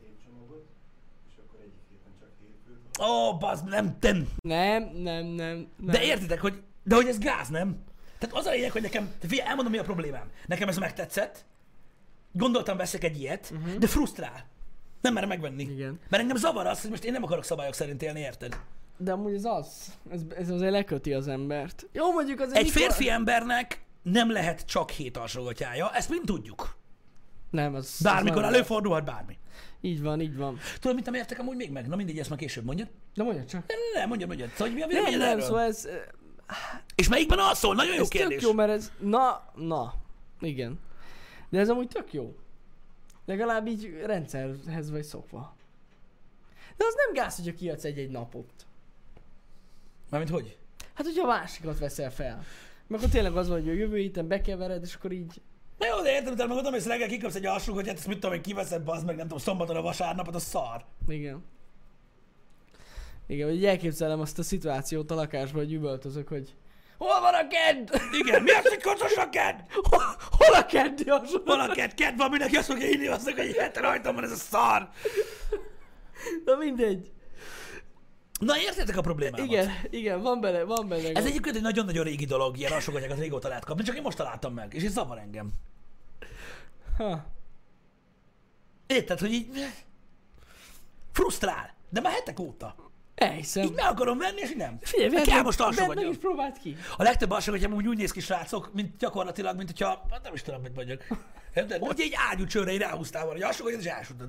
Ó, oh, bazd, nem, nem. Nem, nem, nem. nem. De értitek, hogy, de hogy ez gáz, nem? Tehát az a lényeg, hogy nekem, figyelj, elmondom, mi a problémám. Nekem ez megtetszett, gondoltam, veszek egy ilyet, uh-huh. de frusztrál. Nem merem megvenni. Igen. Mert engem zavar az, hogy most én nem akarok szabályok szerint élni, érted? De amúgy ez az. Ez, ez azért leköti az embert. Jó, mondjuk azért Egy mikor... férfi embernek nem lehet csak hét alsógatyája, ezt mind tudjuk. Nem, az... Bármikor az előfordulhat bármi. Így van, így van. Tudod, mit nem értek amúgy még meg? Na mindegy, ezt már később mondjad. De mondja csak. Nem, nem, nem, mondjad, mondjad. Szóval, hogy mi a Nem, véleményed nem, erről? szóval ez... És melyikben alszol? Nagyon jó Ez kérdés. tök jó, mert ez... Na, na. Igen. De ez amúgy tök jó. Legalább így rendszerhez vagy szokva. De az nem gáz, hogyha kiadsz egy-egy napot. Mármint hogy? Hát, hogyha a másikat veszel fel. Mert akkor tényleg az van, hogy a jövő héten bekevered, és akkor így... Na jó, de értem, utána meg oda mész reggel, kikapsz egy alsógatyát, ezt mit tudom én, kiveszed, bazd meg, nem tudom, szombaton a vasárnapot, az szar. Igen. Igen, hogy így elképzelem azt a szituációt a lakásban, hogy üvöltözök, hogy hol van a kedd? Igen, mi az, hogy kocos a kedd? Hol, hol a keddi a Hol a kedd? Kedd van, mindenki azt fogja inni, azt hogy hete rajtam van ez a szar. Na mindegy. Na értitek a problémámat? Igen, igen, van benne, van benne. Ez gond. egyébként egy nagyon-nagyon régi dolog, ilyen alsógatyákat régóta lehet kapni, csak én most találtam meg, és ez zavar engem. Ha. Érted, hogy így... Frusztrál, de már hetek óta. Elhiszem. Így meg akarom venni, és így nem. Figyelj, Kell vedd meg- most vedd meg alsógatya. is próbáld ki. A legtöbb alsógatyám úgy, úgy néz ki, srácok, mint gyakorlatilag, mint hogyha, hát nem is tudom, mit vagyok. Érted? Hogy egy ágyúcsőre így ráhúztál volna, egy alsógatyát, és elsütöd.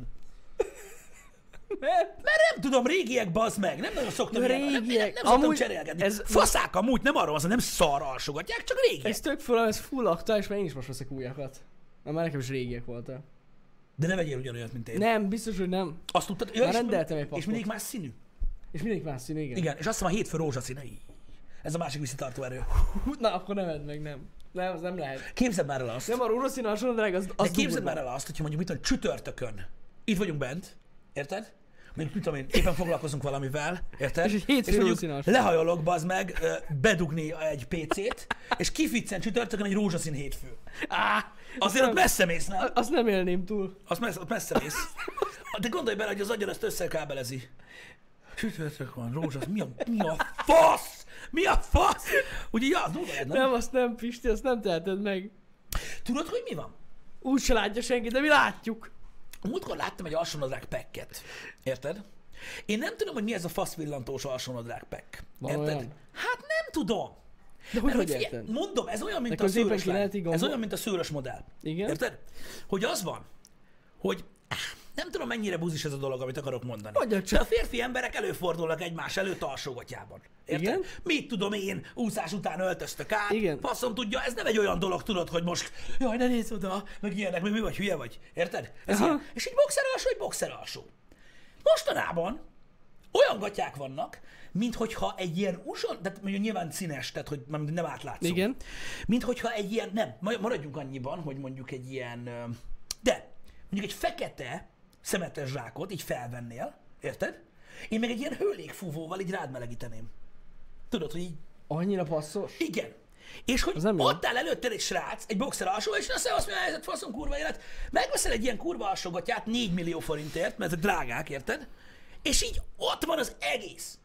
Mert? Mert nem tudom, régiek, bazd meg, nem nagyon szoktam Ja, ilyen, nem, nem, régiek. nem szoktam Amúgy cserélgetni. ez- Faszák amúgy, nem arról van szó, nem szar alsógatják, csak régiek. Ez tök full, ez full aktuális, mert én is most veszek újakat. Mert már nekem is régiek voltak. De ne vegyél ugyanolyat, mint én. Nem, biztos, hogy nem. Azt tudtad, ja, Már és, rendeltem egy és pakot. mindig más színű. És mindig más szín, igen. Igen, és azt hiszem a hétfő rózsaszín. Ej, ez a másik visszatartó erő. Hú, na, akkor nem edd meg, nem. Nem, az nem lehet. Képzeld már el azt. Nem a rózsaszín alsó drág, az, az De képzeld durva. már el azt, hogyha mondjuk mit tudom, csütörtökön. Itt vagyunk bent, érted? Mondjuk, mit tudom én, éppen foglalkozunk valamivel, érted? És egy hétfő mondjuk rózsaszín alsó. lehajolok, bazd meg, ö, bedugni egy pé cét, és kificcen csütörtökön egy rózsaszín hétfő. Á, Azért ott messze mész, nem? azt nem élném túl. Azt messze, ott messze mész. De gondolj bele, hogy az agyad ezt összekábelezi. Csütörtök van, rózsaszín, mi a, mi a fasz? Mi a fasz? Ugye, ja, durva lehet, nem? Nem, azt nem, Pisti, azt nem teheted meg. Tudod, hogy mi van? Úgy se látja senki, de mi látjuk. Múltkor láttam egy alsónadrág packet. Érted? Én nem tudom, hogy mi ez a faszvillantós alsónadrág pack. Van Érted? olyan? Hát nem tudom. De hogy, Mert hogy figyelj, érted? mondom, ez olyan, mint De a középen szőrös ki lehet lány. így Ez gombolni? olyan, mint a szőrös modell. Igen? Érted? Hogy az van, hogy nem tudom, mennyire buzis ez a dolog, amit akarok mondani. Mondjad csak. De a férfi emberek előfordulnak egymás előtt alsógatyában. Érted? Igen? Mit tudom én, úszás után öltöztök át, Igen. faszom tudja, ez nem egy olyan dolog, tudod, hogy most jaj, ne nézz oda, meg ilyenek, meg mi vagy, hülye vagy. Érted? Ez Aha. ilyen. És egy boxer alsó, egy boxer alsó. Mostanában olyan gatyák vannak, mint hogyha egy ilyen uson, tehát mondjuk nyilván színes, tehát hogy nem nem átlátszó. Igen. Mint hogyha egy ilyen, nem, maradjunk annyiban, hogy mondjuk egy ilyen, ö, de mondjuk egy fekete szemetes zsákot így felvennél, érted? Én meg egy ilyen hőlégfúvóval így rád melegíteném. Tudod, hogy így, Annyira passzos. igen. És hogy Az nem jó. ott áll előtted egy srác, egy boxer alsó, és azt mondja, hogy ez faszom kurva élet. Megveszel egy ilyen kurva alsógatyát négy millió forintért, mert ezek drágák, érted? És így ott van az egész.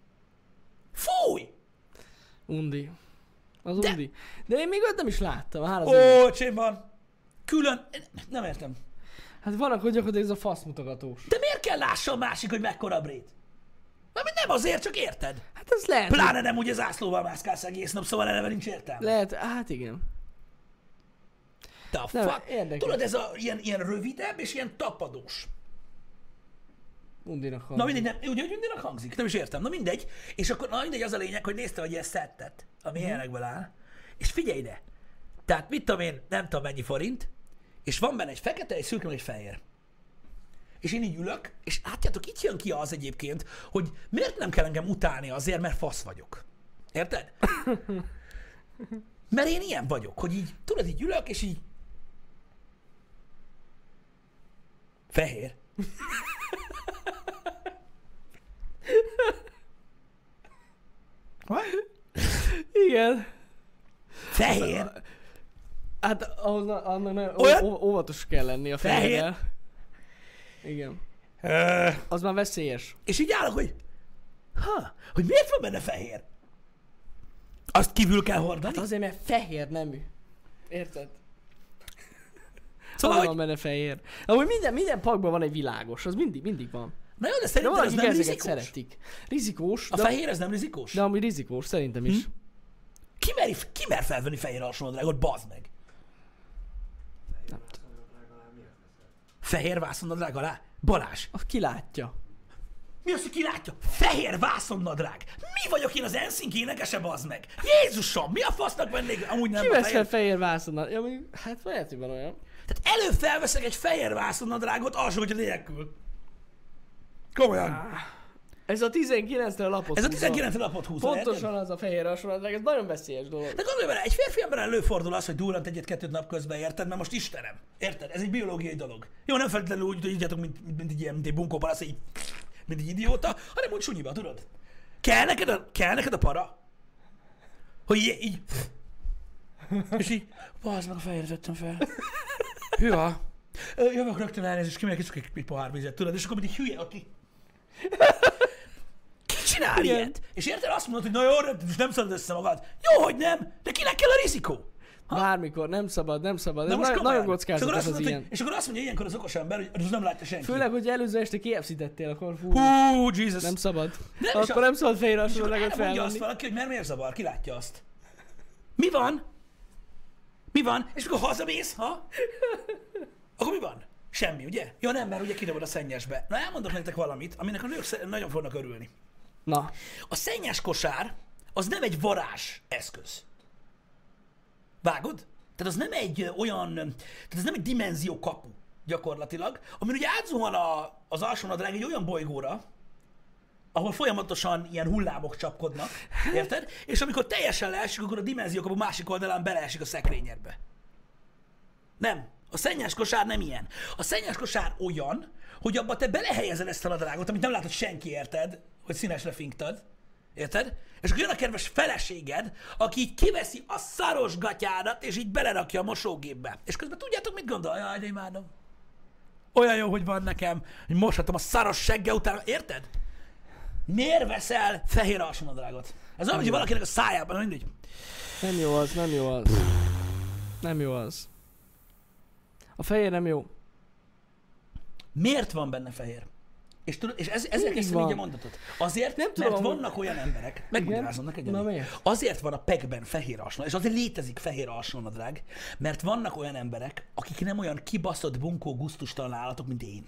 Fúj! Undi. Az De- undi. De én még ott nem is láttam, hála az égnek. Ó, csémban! Külön, nem értem. Hát vannak, hogy gyakorlatilag ez a faszmutogatós. De miért kell lássa a másik, hogy mekkora a brét? Mert nem azért, csak érted. Hát ez lehet, Pláne nem ugye zászlóval mászkálsz egész nap, szóval eleve nincs értelme. lehet, hát igen. De a Nem, fuck? érdekes. Tudod, ez a ilyen, ilyen rövidebb és ilyen tapadós. Undinak hangzik. Na mindegy, nem, ugye, hogy mindig hangzik, nem is értem. Na mindegy. És akkor na mindegy, az a lényeg, hogy nézte, hogy ilyen szettet, ami Mhm. ilyenekből áll. És figyelj ide. Tehát mit tudom én, nem tudom mennyi forint, és van benne egy fekete, egy szürke, meg egy fehér. És én így ülök, és látjátok, itt jön ki az egyébként, hogy miért nem kell engem utálni azért, mert fasz vagyok. Érted? Mert én ilyen vagyok, hogy így, tudod, így ülök, és így... Fehér. Igen. Fehér? Hát ahhoz annak nagyon Olyan? ó- óvatos kell lenni a Fehér? fehérrel. Igen. Ö, Az már veszélyes. és így állok, hogy... Ha, hogy miért van benne fehér? Azt kívül kell hordani? Hát azért, mert fehér nemű. Érted? Szóval, Szóval, hogy... van benne fehér. Amúgy minden, minden pakban van egy világos, az mindig, mindig van. Na jó, de De szerintem ez valakik nem ezeket rizikós. szeretik. Rizikós, A de, fehér ez nem rizikós? de amúgy rizikós, szerintem is. Hm? Ki, meri, ki mer felvenni fehér alsónadrágot, bazd meg? Nem tudom. Fehér vászonnadrág alá? Balázs, Azt ki látja? mi az, hogy ki látja? Fehér vászonnadrág. Mi vagyok én az enszink énekese, bazd meg? Jézusom, mi a fasznak vennék? Amúgy nem Ki a vesz fel fehér. fehér vászonnal? Ja, mondjuk, hát lehet, hogy van olyan. Tehát előbb felveszek egy fehér vászonnadrágot alsógotya nélkül. Komolyan. Ez a tizenkilencre lapot Ez a húzza. tizenkilenc napot húzza, érted? Pontosan az a fehér alsónadrág, ez nagyon veszélyes dolog. De gondolj bele, egy férfi ember előfordul az, hogy durrant egyet-kettőt napközben, érted? Mert most Istenem, érted? Ez egy biológiai dolog. Jó, nem feltétlenül úgy, hogy így mint, mint egy ilyen, mint egy bunkópalasz, így, mint egy idióta, hanem úgy sunyiba, tudod? Kell neked a, kell neked a para? Hogy így, így és így, bazd meg, a fejére tettem fel. Hűha. Ö, Jövök rögtön elnézést, kimegyek, és csak egy, egy pohár vizet, tudod? És akkor mindig hülye, aki... Ki csinál Igen. ilyet? És érted, azt mondod, hogy na jó, most nem szeded össze magad. Jó, hogy nem, de kinek kell a rizikó? Bármikor, nem szabad, nem szabad. Na Ez most nagyon, komolyan. nagyon És akkor kockázatos azt az mondod, ilyen. hogy, és akkor azt mondja ilyenkor az okos ember, hogy az nem látja senki. Főleg, hogy előző este K F C-tettél, akkor fú, Hú, Jesus. nem szabad. Nem, és akkor a- nem szabad fehér És akkor alsónadrágot erre mondja azt felvenni. valaki, hogy mert miért zavar, ki látja azt. Mi van? Mi van? És akkor hazamész, ha? Akkor mi van? Semmi, ugye? Ja nem, mert ugye kidobod a szennyesbe. Na elmondok nektek valamit, aminek a nők sze- nagyon fognak örülni. Na, A szennyes kosár az nem egy varázs eszköz. Vágod? Tehát az nem egy ö, olyan, tehát ez nem egy dimenzió kapu gyakorlatilag, amin ugye átzuhan a, az alsónadrág egy olyan bolygóra, ahol folyamatosan ilyen hullámok csapkodnak, érted? És amikor teljesen leesik, akkor a dimenzió kapu másik oldalán beleesik a szekrényedbe. Nem. A szennyes kosár nem ilyen. A szennyes kosár olyan, hogy abba te belehelyezed ezt a nadrágot, amit nem látod senki, érted? Hogy színesre finktad. Érted? És akkor jön a kedves feleséged, aki így kiveszi a szaros gatyádat, és így belerakja a mosógépbe. És közben tudjátok, mit gondol? Jaj, de imádom. Olyan jó, hogy van nekem, hogy moshatom a szaros segge után. Érted? Miért veszel fehér alsónadrágot? Ez olyan, hogy valakinek a szájában, mindegy. nem jó az, nem jó az. Nem jó az. A fehér nem jó. Miért van benne fehér? És, tudod, és ez, ezért Így kezdtem van. így a mondatot. Azért, Nem mert tudom, hogy- vannak olyan emberek, megmagyarázom neked, Na Jani. miért? Azért van a pekben fehér alsónadrág, és azért létezik fehér alsónadrág, mert vannak olyan emberek, akik nem olyan kibaszott, bunkó, gusztustalan állatok, mint én.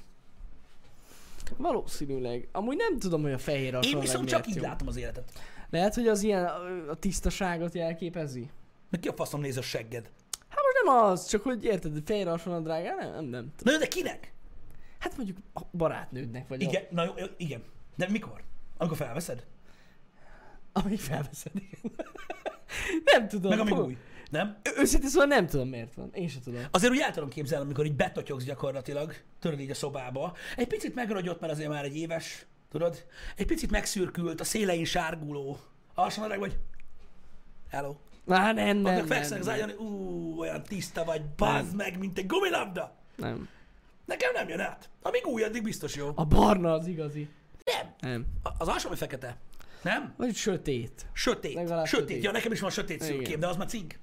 Valószínűleg. Amúgy nem tudom, hogy a fehér Én alsónadrág viszont miért csak így jó. látom az életet. Lehet, hogy az ilyen ö, a tisztaságot jelképezi? Meg ki a faszom néz a segged? Hát most nem az, csak hogy érted, fehér alsónadrág, nem, nem, nem tudom. Na jó, de kinek? Hát mondjuk a barátnődnek, vagy Igen, na jó, jó, igen. De mikor? Amikor felveszed? A, amíg felveszed, igen. Nem tudom. Meg amíg hol- új. Nem? Ö- Őszintén szóval nem tudom miért van. Én sem tudom. Azért úgy el tudom képzelni, amikor így betotyogsz gyakorlatilag, tudod így a szobába. Egy picit megrogyott, mert azért már egy éves, tudod? Egy picit megszürkült, a szélein sárguló. Alsónadrág vagy? Hello. Á, nem, nem, Akkor nem, fekszenek az nem, ágyon, hogy ú, olyan tiszta vagy, bazd meg, mint egy gumilabda. nem. Nekem nem jön át. Amíg új, addig biztos jó. A barna az igazi. Nem. Nem. A- Az alsó vagy fekete? Nem? Vagy sötét. Sötét. Legalább Sötét. sötét. Ja, nekem is van sötét szürkém, Igen. de az már cink.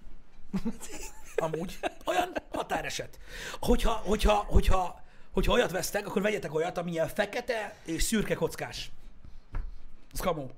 Amúgy. Olyan határeset. Hogyha, hogyha, hogyha, hogyha olyat vesztek, akkor vegyetek olyat, ami ilyen fekete és szürke kockás. Az kamó.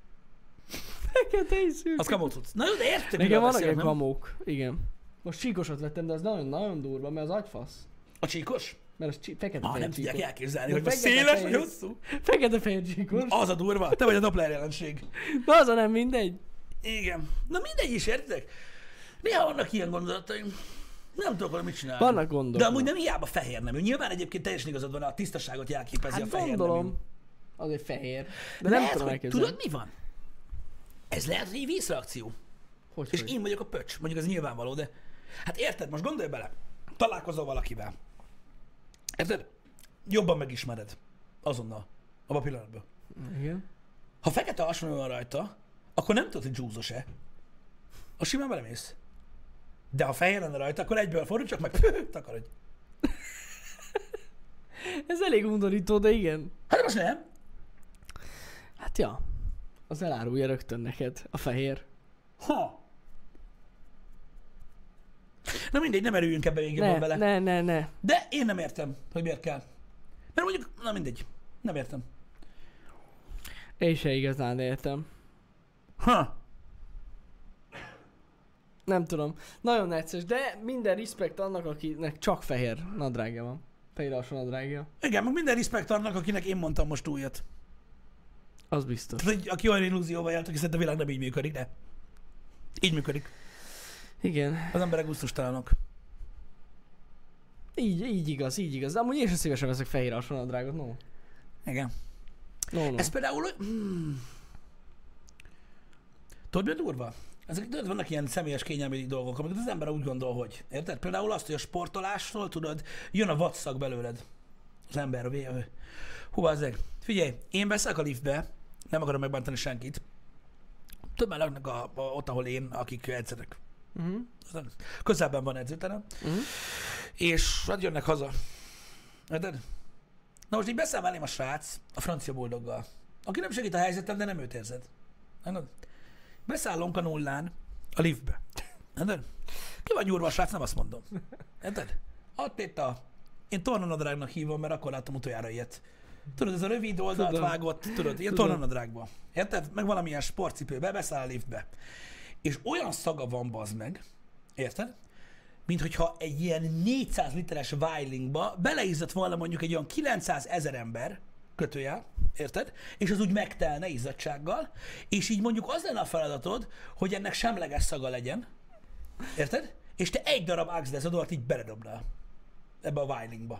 Fekete és szürke. Az kamó cucc. Na jó, de érted, Nekem miről vannak beszélek, ilyen nem? kamók. Igen. Most csíkosat vettem, de az nagyon-nagyon durva, mert az agyfasz. A csíkos? Mert az csí- fekete Ah, fehér nem tudják csíkos. elképzelni, De hogy most fekete széles vagy fehér- hosszú. Fekete fehér csíkos. Az a durva. Te vagy a Doppler jelenség. Na az a nem mindegy. Igen. Na mindegy is, értitek? Néha vannak ilyen gondolataim. Nem tudok, hogy mit csinálni. Vannak gondok. De amúgy nem hiába fehér nemű. Nyilván egyébként teljesen igazad van, a tisztaságot jelképezi Hát a fehér gondolom, nemű. azért fehér. De Lehet, nem tudom hogy, elképzelni. tudod mi van? Ez lehet, hogy egy vízreakció. Hogy, És hogy? én vagyok a pöcs. Mondjuk ez nyilvánvaló, de... Hát érted, most gondolj bele. Találkozol valakivel. Érted? Jobban megismered. Azonnal. Abba a pillanatban. Igen. Ha fekete hasonló van rajta, akkor nem tudod, hogy dzsúzos-e. A simán belemész. De ha fehér lenne rajta, akkor egyből fordul, csak meg takarodj. Ez elég undorító, de igen. Hát de most nem. Hát ja. Az elárulja rögtön neked, a fehér. Ha. Na mindegy, nem erüljünk ebbe még jobban Ne, bele. ne, ne, ne. De én nem értem, hogy miért kell. Mert mondjuk, na mindegy. Nem értem. Én se igazán értem. Ha. Nem tudom. Nagyon necces, de minden respekt annak, akinek csak fehér nadrágja van. Fehér alsó nadrágja. Igen, meg minden respekt annak, akinek én mondtam most újat. Az biztos. Tehát, hogy aki olyan illúzióval járt, aki szerint a világ nem így működik, de így működik. Igen. Az emberek gusztustalanok. Így, így igaz, így igaz. De amúgy én sem szívesen veszek fehér alsó nadrágot, no. Igen. No, no. Ez például... Hmm. Tudod, mi a durva? Ezek, tudod, vannak ilyen személyes kényelmi dolgok, amiket az ember úgy gondol, hogy. Érted? Például azt, hogy a sportolásról, tudod, jön a vadszag belőled. Az ember, a vé... Hú, bazzeg. Figyelj, én beszélek a liftbe, nem akarom megbántani senkit. Többen laknak a, a, ott, ahol én, akik edzenek. Uh-huh. Közelben van edzőterem. Uh-huh. És hát jönnek haza. Érted? Na most így beszáll elém a srác a francia boldoggal, aki nem segít a helyzetem, de nem őt érzed. Érted? Beszállunk a nullán a liftbe. Érted? Ki van gyúrva a srác, nem azt mondom. Érted? Ott itt a... Én tornanadrágnak hívom, mert akkor láttam utoljára ilyet. Tudod, ez a rövid oldalt Tudom. vágott, tudod, ilyen Tudom. tornanadrágba. Érted? Meg valamilyen sportcipőbe, beszáll a liftbe. És olyan szaga van, bazd meg, érted? Mint hogyha egy ilyen négyszáz literes Weilingba beleizzadt volna mondjuk egy olyan kilencszázezer ember, kötőjel, érted? És az úgy megtelne izzadsággal, és így mondjuk az lenne a feladatod, hogy ennek semleges szaga legyen, érted? És te egy darab Axe Desodorat így beledobnál ebbe a Weilingba.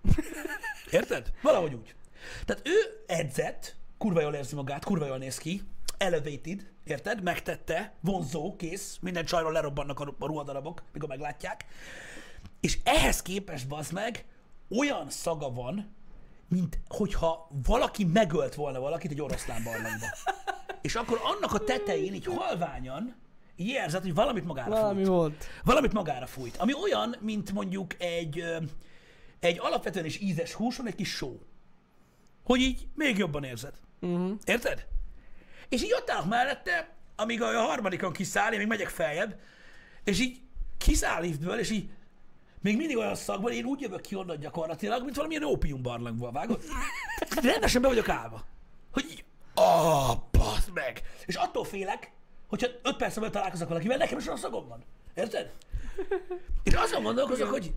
Érted? Valahogy úgy. Tehát ő edzett, kurva jól érzi magát, kurva jól néz ki, elevated, érted? Megtette, vonzó, kész, minden csajról lerobbannak a a ruhadarabok, mikor meglátják. És ehhez képest, bazd meg, olyan szaga van, mint hogyha valaki megölt volna valakit egy oroszlán barlangba. És akkor annak a tetején, így halványan, így érzed, hogy valamit magára Valami fújt. volt. Valamit magára fújt. Ami olyan, mint mondjuk egy, ö, egy alapvetően is ízes húson egy kis só. Hogy így még jobban érzed. Uh-huh. Érted? És így ott állok mellette, amíg a harmadikon kiszáll, én még megyek feljebb, és így kiszáll liftből, és így még mindig olyan szakban, én úgy jövök ki onnan gyakorlatilag, mint valamilyen ópium barlangból, vágod? Rendesen be vagyok állva. Hogy így, ah, baszd meg! És attól félek, hogyha öt perc múlva találkozok valakivel, nekem is olyan szagom van. Érted? És azon gondolkozok, hogy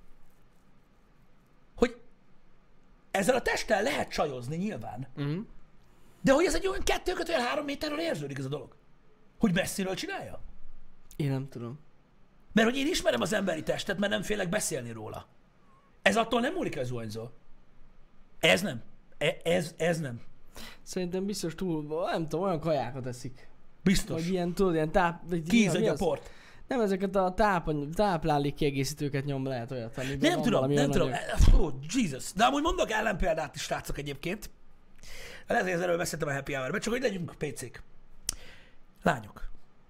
hogy ezzel a testtel lehet csajozni nyilván. Uh-huh. De hogy ez egy olyan kettő kötőjel három méterről érződik ez a dolog? Hogy messziről csinálja? Én nem tudom. Mert hogy én ismerem az emberi testet, mert nem félek beszélni róla. Ez attól nem múlik, hogy zuhanyzol. Ez nem. E- ez, ez nem. Szerintem biztos túl, nem tudom, olyan kajákat eszik. Biztos. Vagy ilyen, tudod, ilyen táp... vagy mi Kízadja a az? port. Nem ezeket a táp, táplálék kiegészítőket nyom, lehet olyat, amiben Nem van tudom, valami nem olyan tudom. anyag. Oh, Jesus. De amúgy mondok ellenpéldát is, srácok, egyébként. Lehet, hogy ezzel beszéltem a happy hour-ben, csak hogy legyünk pé cék. Lányok.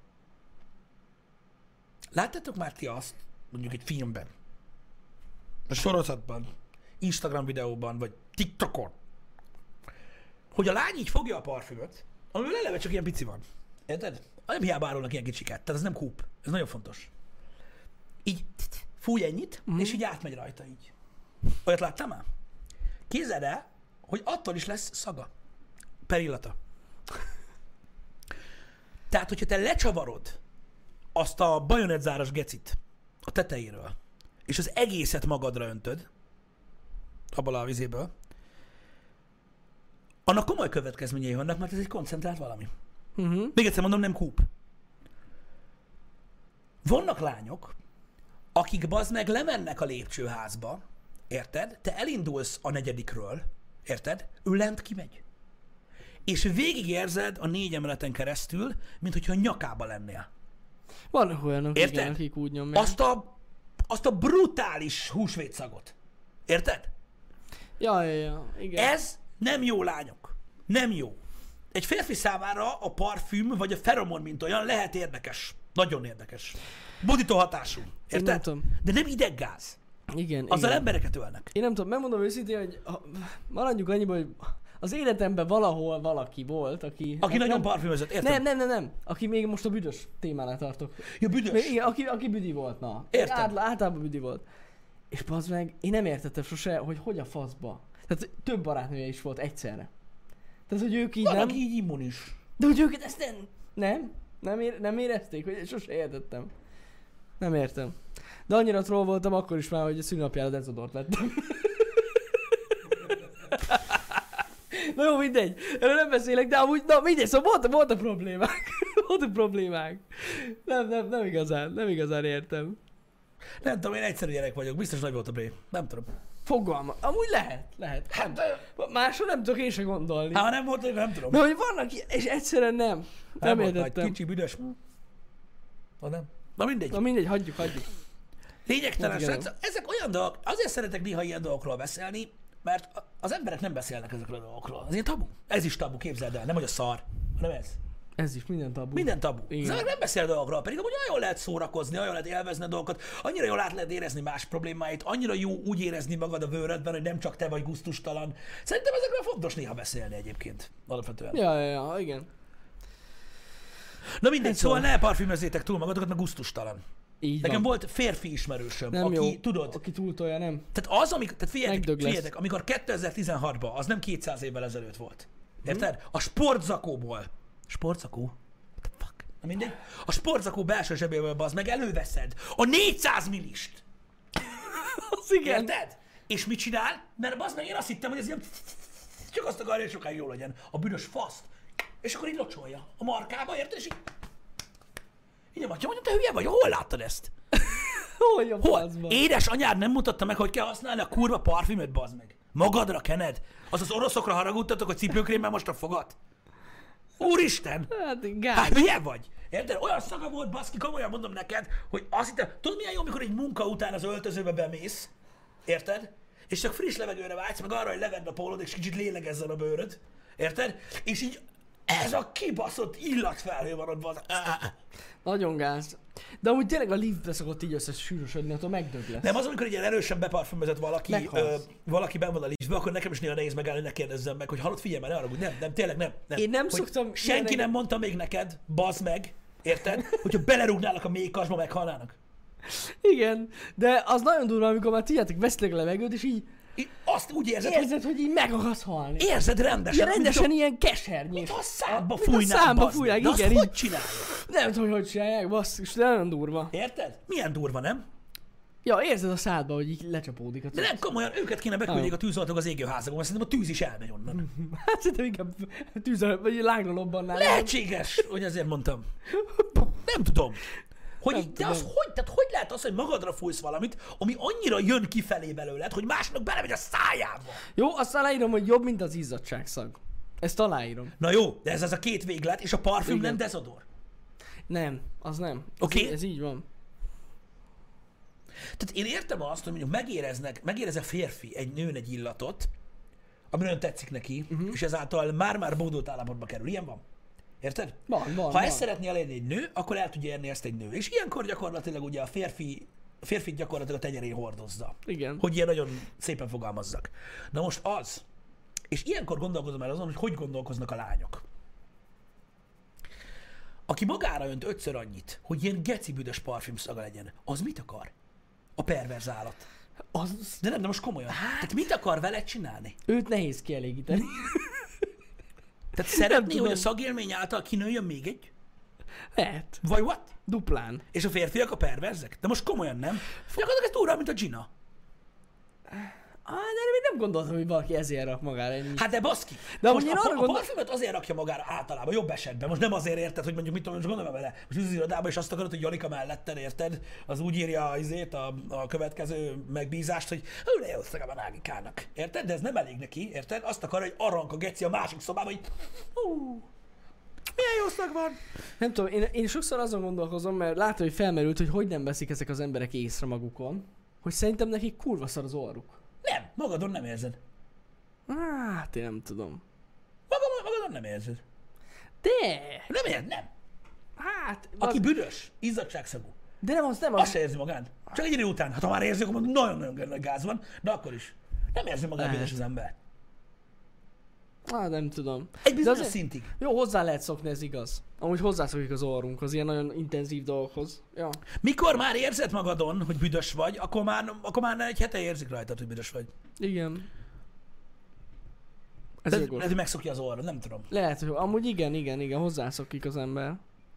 Láttátok már ti azt, mondjuk egy filmben, a sorozatban, Instagram videóban, vagy TikTokon, hogy a lány így fogja a parfümöt, amivel eleve csak ilyen pici van. Érted? Nem hiába árulnak ilyen kicsiket, tehát ez nem kúp. Ez nagyon fontos. Így fúj ennyit, mm. és így átmegy rajta így. Olyat láttál már? Képzeld el, hogy attól is lesz szaga. Per illata. Tehát, hogyha te lecsavarod azt a bajonetzáras gecit a tetejéről, és az egészet magadra öntöd, abból a vizéből, annak komoly következményei vannak, mert ez egy koncentrált valami. Uh-huh. Még egyszer mondom, nem kúp. Vannak lányok, akik bazd meg lemennek a lépcsőházba, érted? Te elindulsz a negyedikről, érted? Ő lent kimegy. És végigérzed a négy emeleten keresztül, mint hogyha a nyakába lennél. Vannak olyanok, Érted? igen, akik úgy nyomják. Azt a, azt a brutális húsvétszagot. Érted? Ja, ja, ja, igen. Ez nem jó, lányok. Nem jó. Egy férfi számára a parfüm vagy a feromon, mint olyan, lehet érdekes. Nagyon érdekes. Budító hatású. Érted? nem tudom. De nem ideggáz. Igen, Azzal igen. embereket ölnek. Én nem tudom, megmondom őszintén, hogy ha, maradjunk annyiba, hogy az életemben valahol valaki volt, aki... Aki nagyon nem, parfümözött, érted? nem, nem, nem, nem. Aki még most a büdös témánál tartok. Ja, büdös. Még, igen, aki, aki büdi volt, na. Értem. Át, általában büdi volt. És bazd meg, én nem értettem sose, hogy hogy a faszba. Tehát több barátnője is volt egyszerre. Tehát, hogy ők így Van, nem... aki így immunis. De hogy őket ezt nem... Nem? Nem, ér, nem érezték? Hogy sose értettem. Nem értem. De annyira troll voltam akkor is már, hogy a szülinapjára dezodort vettem. Na jó, mindegy. Erről nem beszélek, de amúgy, na mindegy, szóval volt, volt a problémák. volt a problémák. Nem, nem, nem igazán, nem igazán értem. Nem tudom, én egyszerű gyerek vagyok, biztos nagy volt a bré. Nem tudom. Fogalma. Amúgy lehet, lehet. Hát, de... Másról nem tudok én se gondolni. Ha nem volt, nem tudom. De hogy vannak, ilyen- és egyszerűen nem. Nem, nem volt értettem. nagy, kicsi, büdös. Na nem. Na mindegy. Na mindegy, hagyjuk, hagyjuk. Lényegtelen, Igen. srácok, ezek olyan dolgok, azért szeretek néha ilyen dolgokról beszélni, mert az emberek nem beszélnek ezekről a dolgokról. Ez ilyen tabu. Ez is tabu, képzeld el, nem hogy a szar, hanem ez. Ez is minden tabu. Minden tabu. Igen. Az emberek nem beszél a dolgokról, pedig amúgy olyan jól lehet szórakozni, olyan jól lehet élvezni a dolgokat, annyira jól át lehet érezni más problémáit, annyira jó úgy érezni magad a bőrödben, hogy nem csak te vagy gusztustalan. Szerintem ezekről fontos néha beszélni egyébként, alapvetően. Ja, ja, ja, igen. Na mindegy, Ez szóval van. ne parfümözzétek túl magatokat, meg gusztustalan. Így Nekem van. volt férfi ismerősöm, Nem aki, jó. tudod, Aki túltolja, nem. tehát az, amikor, tehát figyeljetek, Megdög lesz. figyeljetek, amikor kétezer-tizenhatban, az nem kétszáz évvel ezelőtt volt. Érted? A sportzakóból. Sportzakó? What the fuck? Na mindegy. A sportzakó belső zsebéből bazd meg előveszed a négyszáz millist. Az igen. Érted? És mit csinál? Mert bazd meg én azt hittem, hogy ez ilyen csak azt akarja, hogy sokáig jó legyen. A büdös faszt. És akkor így locsolja a markába, érted? És így... Így mondja, mondja, te hülye vagy, hol láttad ezt? Hogy a Hol? faszba? Édes anyád nem mutatta meg, hogy kell használni a kurva parfümöt, bazd meg. Magadra kened? Az az oroszokra haragudtatok, hogy cipőkrémmel most a fogad? Úristen! Hát, gáz. Hát hülye vagy? Érted? Olyan szaga volt, baszki, komolyan mondom neked, hogy azt hittem, tudod milyen jó, amikor egy munka után az öltözőbe bemész, érted? És csak friss levegőre vágysz, meg arra, hogy levedd a pólód, és kicsit lélegezzen a bőröd, érted? És így ez a kibaszott illatfelhő van ott, bazd. Nagyon gáz. De amúgy tényleg a liftbe szokott így összesűrösödni, attól megdög lesz. Nem, az, amikor egy ilyen erősen beparfümözött valaki, ö, Meghalsz. valaki benn van a liftbe, akkor nekem is néha nehéz megállni, ne kérdezzem meg, hogy hallod, figyelj már, ne arra, nem, nem, tényleg nem. nem. Én nem Hogy szoktam senki ilyenek- nem mondta még neked, bazd meg, érted? Hogyha belerúgnálak a mékasba, meghalnának. Igen, de az nagyon durva, amikor már tudjátok, vesztek a levegőt, és így Így azt úgy érzed, hogy érzed, hogy így meg akarsz halni. érzed rendesen, Ilyen rendesen mint, ilyen kesernyés. mint ha a számba Mint a fújnák, számba bazd meg. fújnák, De azt igen, hogy így. csinálják? Nem tudom, hogy hogy csinálják, basszus, de nagyon durva. Érted? Milyen durva, nem? Ja, érzed a szádba, hogy így lecsapódik a De nem komolyan, őket kéne beküldjék a tűzoltók az égőházakon, mert szerintem a tűz is elmegy onnan. Hát szerintem inkább tűzre, vagy lángra lobbannál. Lehetséges, hogy ezért mondtam. Nem tudom. Hogy, Nem így, de az tudom. hogy, tehát hogy lehet az, hogy magadra fújsz valamit, ami annyira jön kifelé belőled, hogy másnak belemegy a szájába? Jó, azt aláírom, hogy jobb, mint az izzadságszag. Ezt aláírom. Na jó, de ez az a két véglet, és a parfüm Igen. nem dezodor. Nem, az nem. Ez Oké. így- Ez így van. Tehát én értem azt, hogy mondjuk megéreznek, megérez a férfi egy nőn egy illatot, ami nagyon tetszik neki, uh-huh. és ezáltal már-már bódult állapotba kerül. Ilyen van. Érted? Van, van, Ha van. ezt szeretné elérni egy nő, akkor el tudja érni ezt egy nő. És ilyenkor gyakorlatilag ugye a férfi, a férfi gyakorlatilag a tenyerén hordozza. Igen. Hogy ilyen nagyon szépen fogalmazzak. Na most az, és ilyenkor gondolkozom el azon, hogy hogy gondolkoznak a lányok. Aki magára önt ötször annyit, hogy ilyen gecibüdös parfüm szaga legyen, az mit akar? A perverz állat. Az, De nem, de most komolyan. Hát... Tehát mit akar vele csinálni? őt nehéz kielégíteni. Tehát szeretné, tudom. hogy a szagélmény által kinőjön még egy? Lehet. Vagy what? Duplán. És a férfiak a perverzek? De most komolyan nem. Gyakorlatilag ez túlra, mint a Gina. Ah, de én még nem gondoltam, hogy valaki ezért rak magára ennyit. Hát de baszki. De Most amúgy a, én arra a gondol- parfümöt azért rakja magára általában, jobb esetben. Most nem azért érted, hogy mondjuk mit tudom, most gondolom vele. Most az irodában és azt akarod, hogy Jalika melletted, érted? Az úgy írja azért a, a következő megbízást, hogy hú, de jó szagam a Nágikának. Érted? De ez nem elég neki, érted? Azt akar, hogy arrank a geci a másik szobában, hogy hú, milyen jó szag van. Nem tudom, én, én sokszor azon gondolkozom, mert látom, hogy felmerült, hogy hogy nem veszik ezek az emberek észre magukon, hogy szerintem nekik kurva szar az orruk. Nem, magadon nem érzed. Hát én nem tudom. Magam, magadon nem érzed. De! Nem érzed, nem. Hát... Aki az... büdös, izzadságszagú, De nem az, nem azt az... se érzi magán. Csak egy idő után, hát ha már érzi, akkor nagyon-nagyon nagy gáz van, de akkor is. Nem érzi magán Lehet. büdös az ember. Hát nem tudom. Egy bizonyos azért- szintig. Jó, hozzá lehet szokni, ez igaz. Amúgy hozzászokik az orrunkhoz, ilyen nagyon intenzív dolgokhoz. Ja. Mikor már érzed magadon, hogy büdös vagy, akkor már, akkor már egy hete érzik rajtad, hogy büdös vagy. Igen. Ez De, jogos. lehet, hogy megszokja az orra, nem tudom. Lehet, hogy amúgy igen, igen, igen, hozzászokik az ember.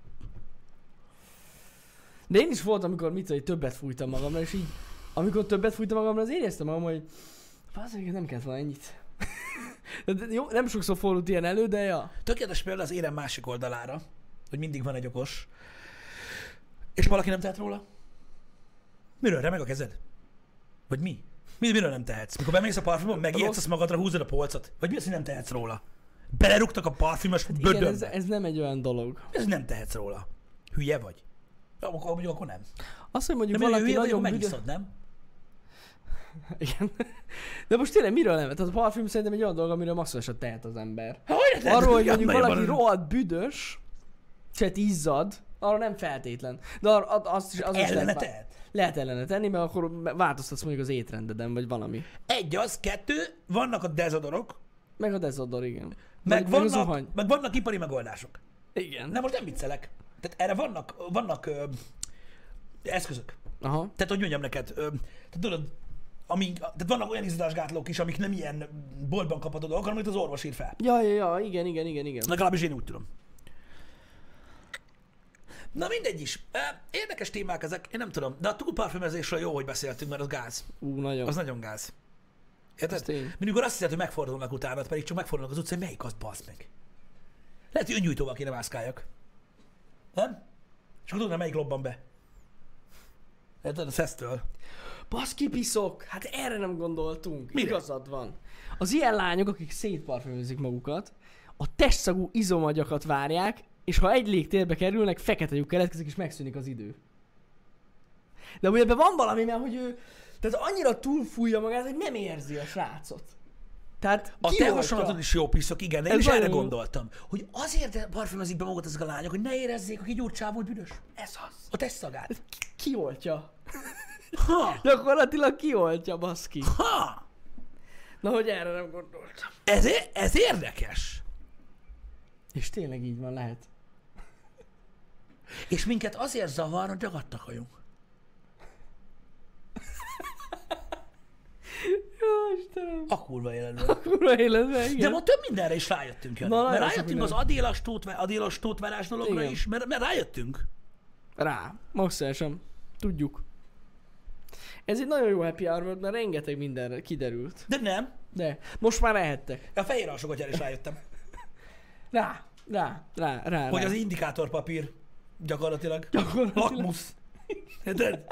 De én is volt, amikor mit tudom, hogy többet fújtam magamra, és így, amikor többet fújtam magamra, az éreztem magam, hogy azért nem kellett volna ennyit. De jó, nem sokszor fordult ilyen elő, de ja. Tökéletes példa az érem másik oldalára, hogy mindig van egy okos, és valaki nem tehet róla. Miről? Remeg a kezed? Vagy mi? mi? Miről nem tehetsz? Mikor bemész a parfümon, megijedsz, rossz- azt magadra húzod a polcot? Vagy mi az, hogy nem tehetsz róla? Belerúgtak a parfümös Igen, bödönbe. ez, ez nem egy olyan dolog. Ez nem tehetsz róla. Hülye vagy. Ja, akkor, mondjuk, akkor nem. Azt, hogy mondjuk Nem, valaki hülye vagy, nagyon akkor büdös... megiszod, nem? Igen. De most tényleg miről nem? Tehát a parfüm szerintem egy olyan dolog, amiről maximálisan tehet az ember. Hogy ne tehetsz? Arról, hogy Igen, mondjuk nagyon valaki van. rohadt büdös, se izzad, arra nem feltétlen. De arra, azt is, az is Ellene lehet, tehet. lehet ellene tenni, mert akkor változtatsz mondjuk az étrendeden, vagy valami. Egy az, kettő, vannak a dezodorok, Meg a dezodor, igen. meg, meg, meg a vannak, zuhany. meg vannak ipari megoldások. Igen. Nem, most nem viccelek. Tehát erre vannak, vannak ö, eszközök. Aha. Tehát, hogy mondjam neked, ö, tehát tudod, amíg, tehát vannak olyan izzadásgátlók is, amik nem ilyen boltban kapható dolgok, hanem amit az orvos ír fel. Ja, ja, ja, igen, igen, igen, igen. Legalábbis én úgy tudom. Na mindegy is. Ö, Érdekes témák ezek, én nem tudom. De a túlparfümezésről jó, hogy beszéltünk, mert az gáz. Ú, nagyon. Az nagyon gáz. Érted? Ez tény. Mindig azt hiszed, hogy megfordulnak utána, pedig csak megfordulnak az utcán, melyik az, bazd meg. Lehet, hogy öngyújtóval kéne mászkáljak. Nem? És akkor tudnám, melyik robban be. Érted? A szesztől. Baszki piszok! Hát erre nem gondoltunk. Mire? Igazad van. Az ilyen lányok, akik szétparfümözik magukat, a testszagú izomagyakat várják, és ha egy légtérbe kerülnek, fekete lyuk keletkezik, és megszűnik az idő. De ugye ebben van valami, mert hogy ő tehát annyira túlfújja magát, hogy nem érzi a srácot. Tehát A te kioltja. hasonlatod is jó piszok, igen, de én Ez is erre nagyon jó. gondoltam. Hogy azért parfümözik be magukat ezek a lányok, hogy ne érezzék, aki gyurcsáv volt büdös. Ez az. A testszagát. Kioltja. Ha! Gyakorlatilag kioltja, baszki. Ha! Na, hogy erre nem gondoltam. Ez, ez érdekes. És tényleg így van, lehet. És minket azért zavar, hogy dagadtak vagyunk. Jó, Istenem. A kurva életben. Kurva életben, igen. De ma több mindenre is rájöttünk, Jani. Na, Mert nagyon sok rájöttünk az minden. adélas, tótve, adélos tótverás dologra Igen. is, mert, mert rájöttünk. Rá. Maximálisan. Tudjuk. Ez egy nagyon jó happy hour volt, mert rengeteg mindenre kiderült. De nem. De most már lehettek. A fehér alsógatyára is rájöttem. Rá. Rá. Rá. Rá. Hogy rá. az indikátorpapír gyakorlatilag. Gyakorlatilag. Lakmusz. Érted?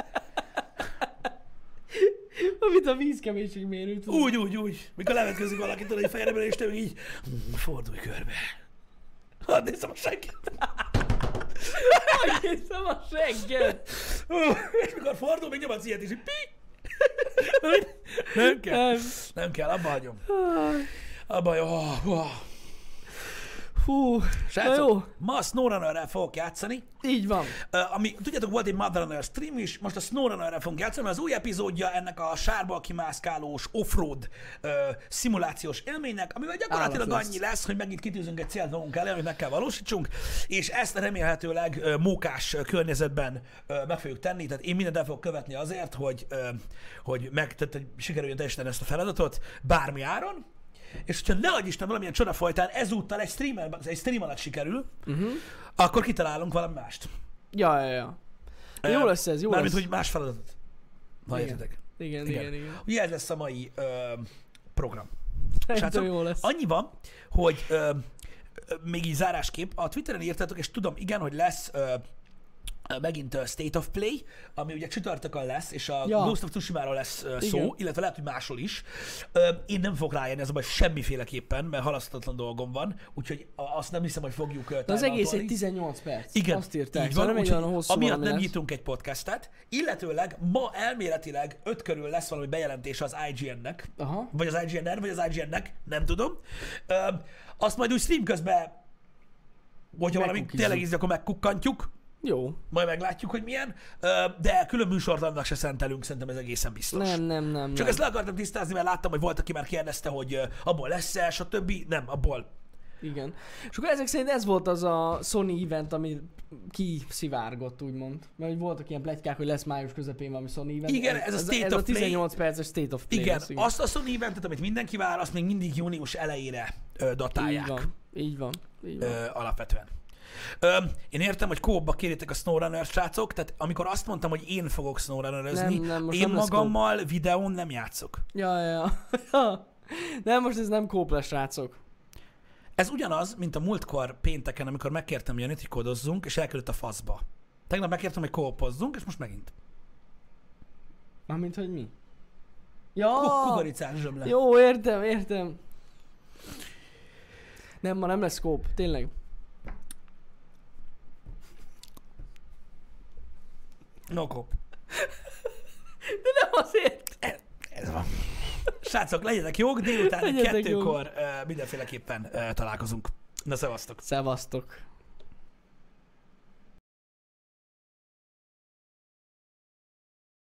Amit a vízkeménység mérő tud. Úgy, úgy, úgy. Mikor levetkezik valakit, tudod, egy fejre és te így, "Mm, fordulj körbe. Hadd nézzem a segget. Megnéztem a segget. És mikor fordul, még nyomadsz ilyet is, így pi. Nem kell. Nem. Nem kell, abba hagyom. Abba hagyom. Oh, oh. Fú. Na Srácok, jó. ma a SnowRunner-rel fogok játszani. Így van. Uh, ami, tudjátok, volt egy Mother Runner stream is, most a SnowRunner-rel fogunk játszani, mert az új epizódja ennek a sárba kimászkálós offroad uh, szimulációs élménynek, amivel gyakorlatilag Állat lesz. annyi lesz, hogy megint kitűzünk egy célt magunk elé, amit meg kell valósítsunk, és ezt remélhetőleg uh, mókás uh, környezetben uh, meg fogjuk tenni, tehát én mindent el fogok követni azért, hogy, uh, hogy, meg, tehát, hogy sikerüljön teljesíteni ezt a feladatot bármi áron. És hogyha ne adj Isten valamilyen csoda folytán ezúttal egy stream, egy stream alatt sikerül, uh-huh. akkor kitalálunk valami mást. Ja, ja, ja. Jó lesz ez, jó Mármint, lesz. hogy más feladatot. Ha Igen. értitek. Igen, igen, igen. igen. Ugye ez lesz a mai ö, program. Szerintem jó lesz. Annyi van, hogy ö, ö, még így zárásképp, a Twitteren írtátok, és tudom, igen, hogy lesz ö, megint a State of Play, ami ugye csütörtökön lesz, és a ja. Ghost of Tsushima-ról lesz uh, szó, igen. illetve lehet, hogy másról is. Uh, én nem fogok rájönni ez a baj semmiféleképpen, mert halasztatlan dolgom van, úgyhogy azt nem hiszem, hogy fogjuk uh, de az egész egy tizennyolc perc. Igen, azt írták. így van, szóval úgyhogy olyan hosszú amiatt nem lesz. nyitunk egy podcastet, illetőleg ma elméletileg öt körül lesz valami bejelentés az I G N-nek, Aha. vagy az I G N-nek, vagy az I G N-nek, nem tudom. Uh, azt majd úgy stream közben, hogyha valami tényleg ízlik, akkor megkukkantjuk. Jó. Majd meglátjuk, hogy milyen, de külön műsort annak se szentelünk, szerintem ez egészen biztos. Nem, nem, nem. Csak nem. ezt le akartam tisztázni, mert láttam, hogy volt, aki már kérdezte, hogy abból lesz-e, stb. Nem, abból. Igen. És akkor ezek szerint ez volt az a Sony event, ami kiszivárgott, úgymond. Mert hogy voltak ilyen pletykák, hogy lesz május közepén valami Sony event. Igen, ez, ez a State ez of a Play. tizennyolc perces State of Play. Igen, lesz, igen, azt a Sony eventet, amit mindenki vár, azt még mindig június elejére ö, datálják. Így van, így van. Így van. Ö, alapvetően. Ö, én értem, hogy kóba kéritek a SnowRunner srácok, tehát amikor azt mondtam, hogy én fogok SnowRunner-özni, Nem, nem, most én nem lesz magammal videón nem játszok. Ja, ja, ja. Nem, most ez nem kóp lesz, srácok. Ez ugyanaz, mint a múltkor pénteken, amikor megkértem Janit, hogy kódozzunk, és elkerült a faszba. Tegnap megkértem, hogy kópozzunk, és most megint. Mármint, hogy mi? Ja! Kukoricás zsömle. Jó, értem, értem. Nem, ma nem lesz kóp, tényleg. No kóp. De nem azért. Ez, ez van. Srácok, legyetek jók, délután Legyetek kettőkor uh, mindenféleképpen uh, találkozunk. Na, szevasztok! Szevasztok!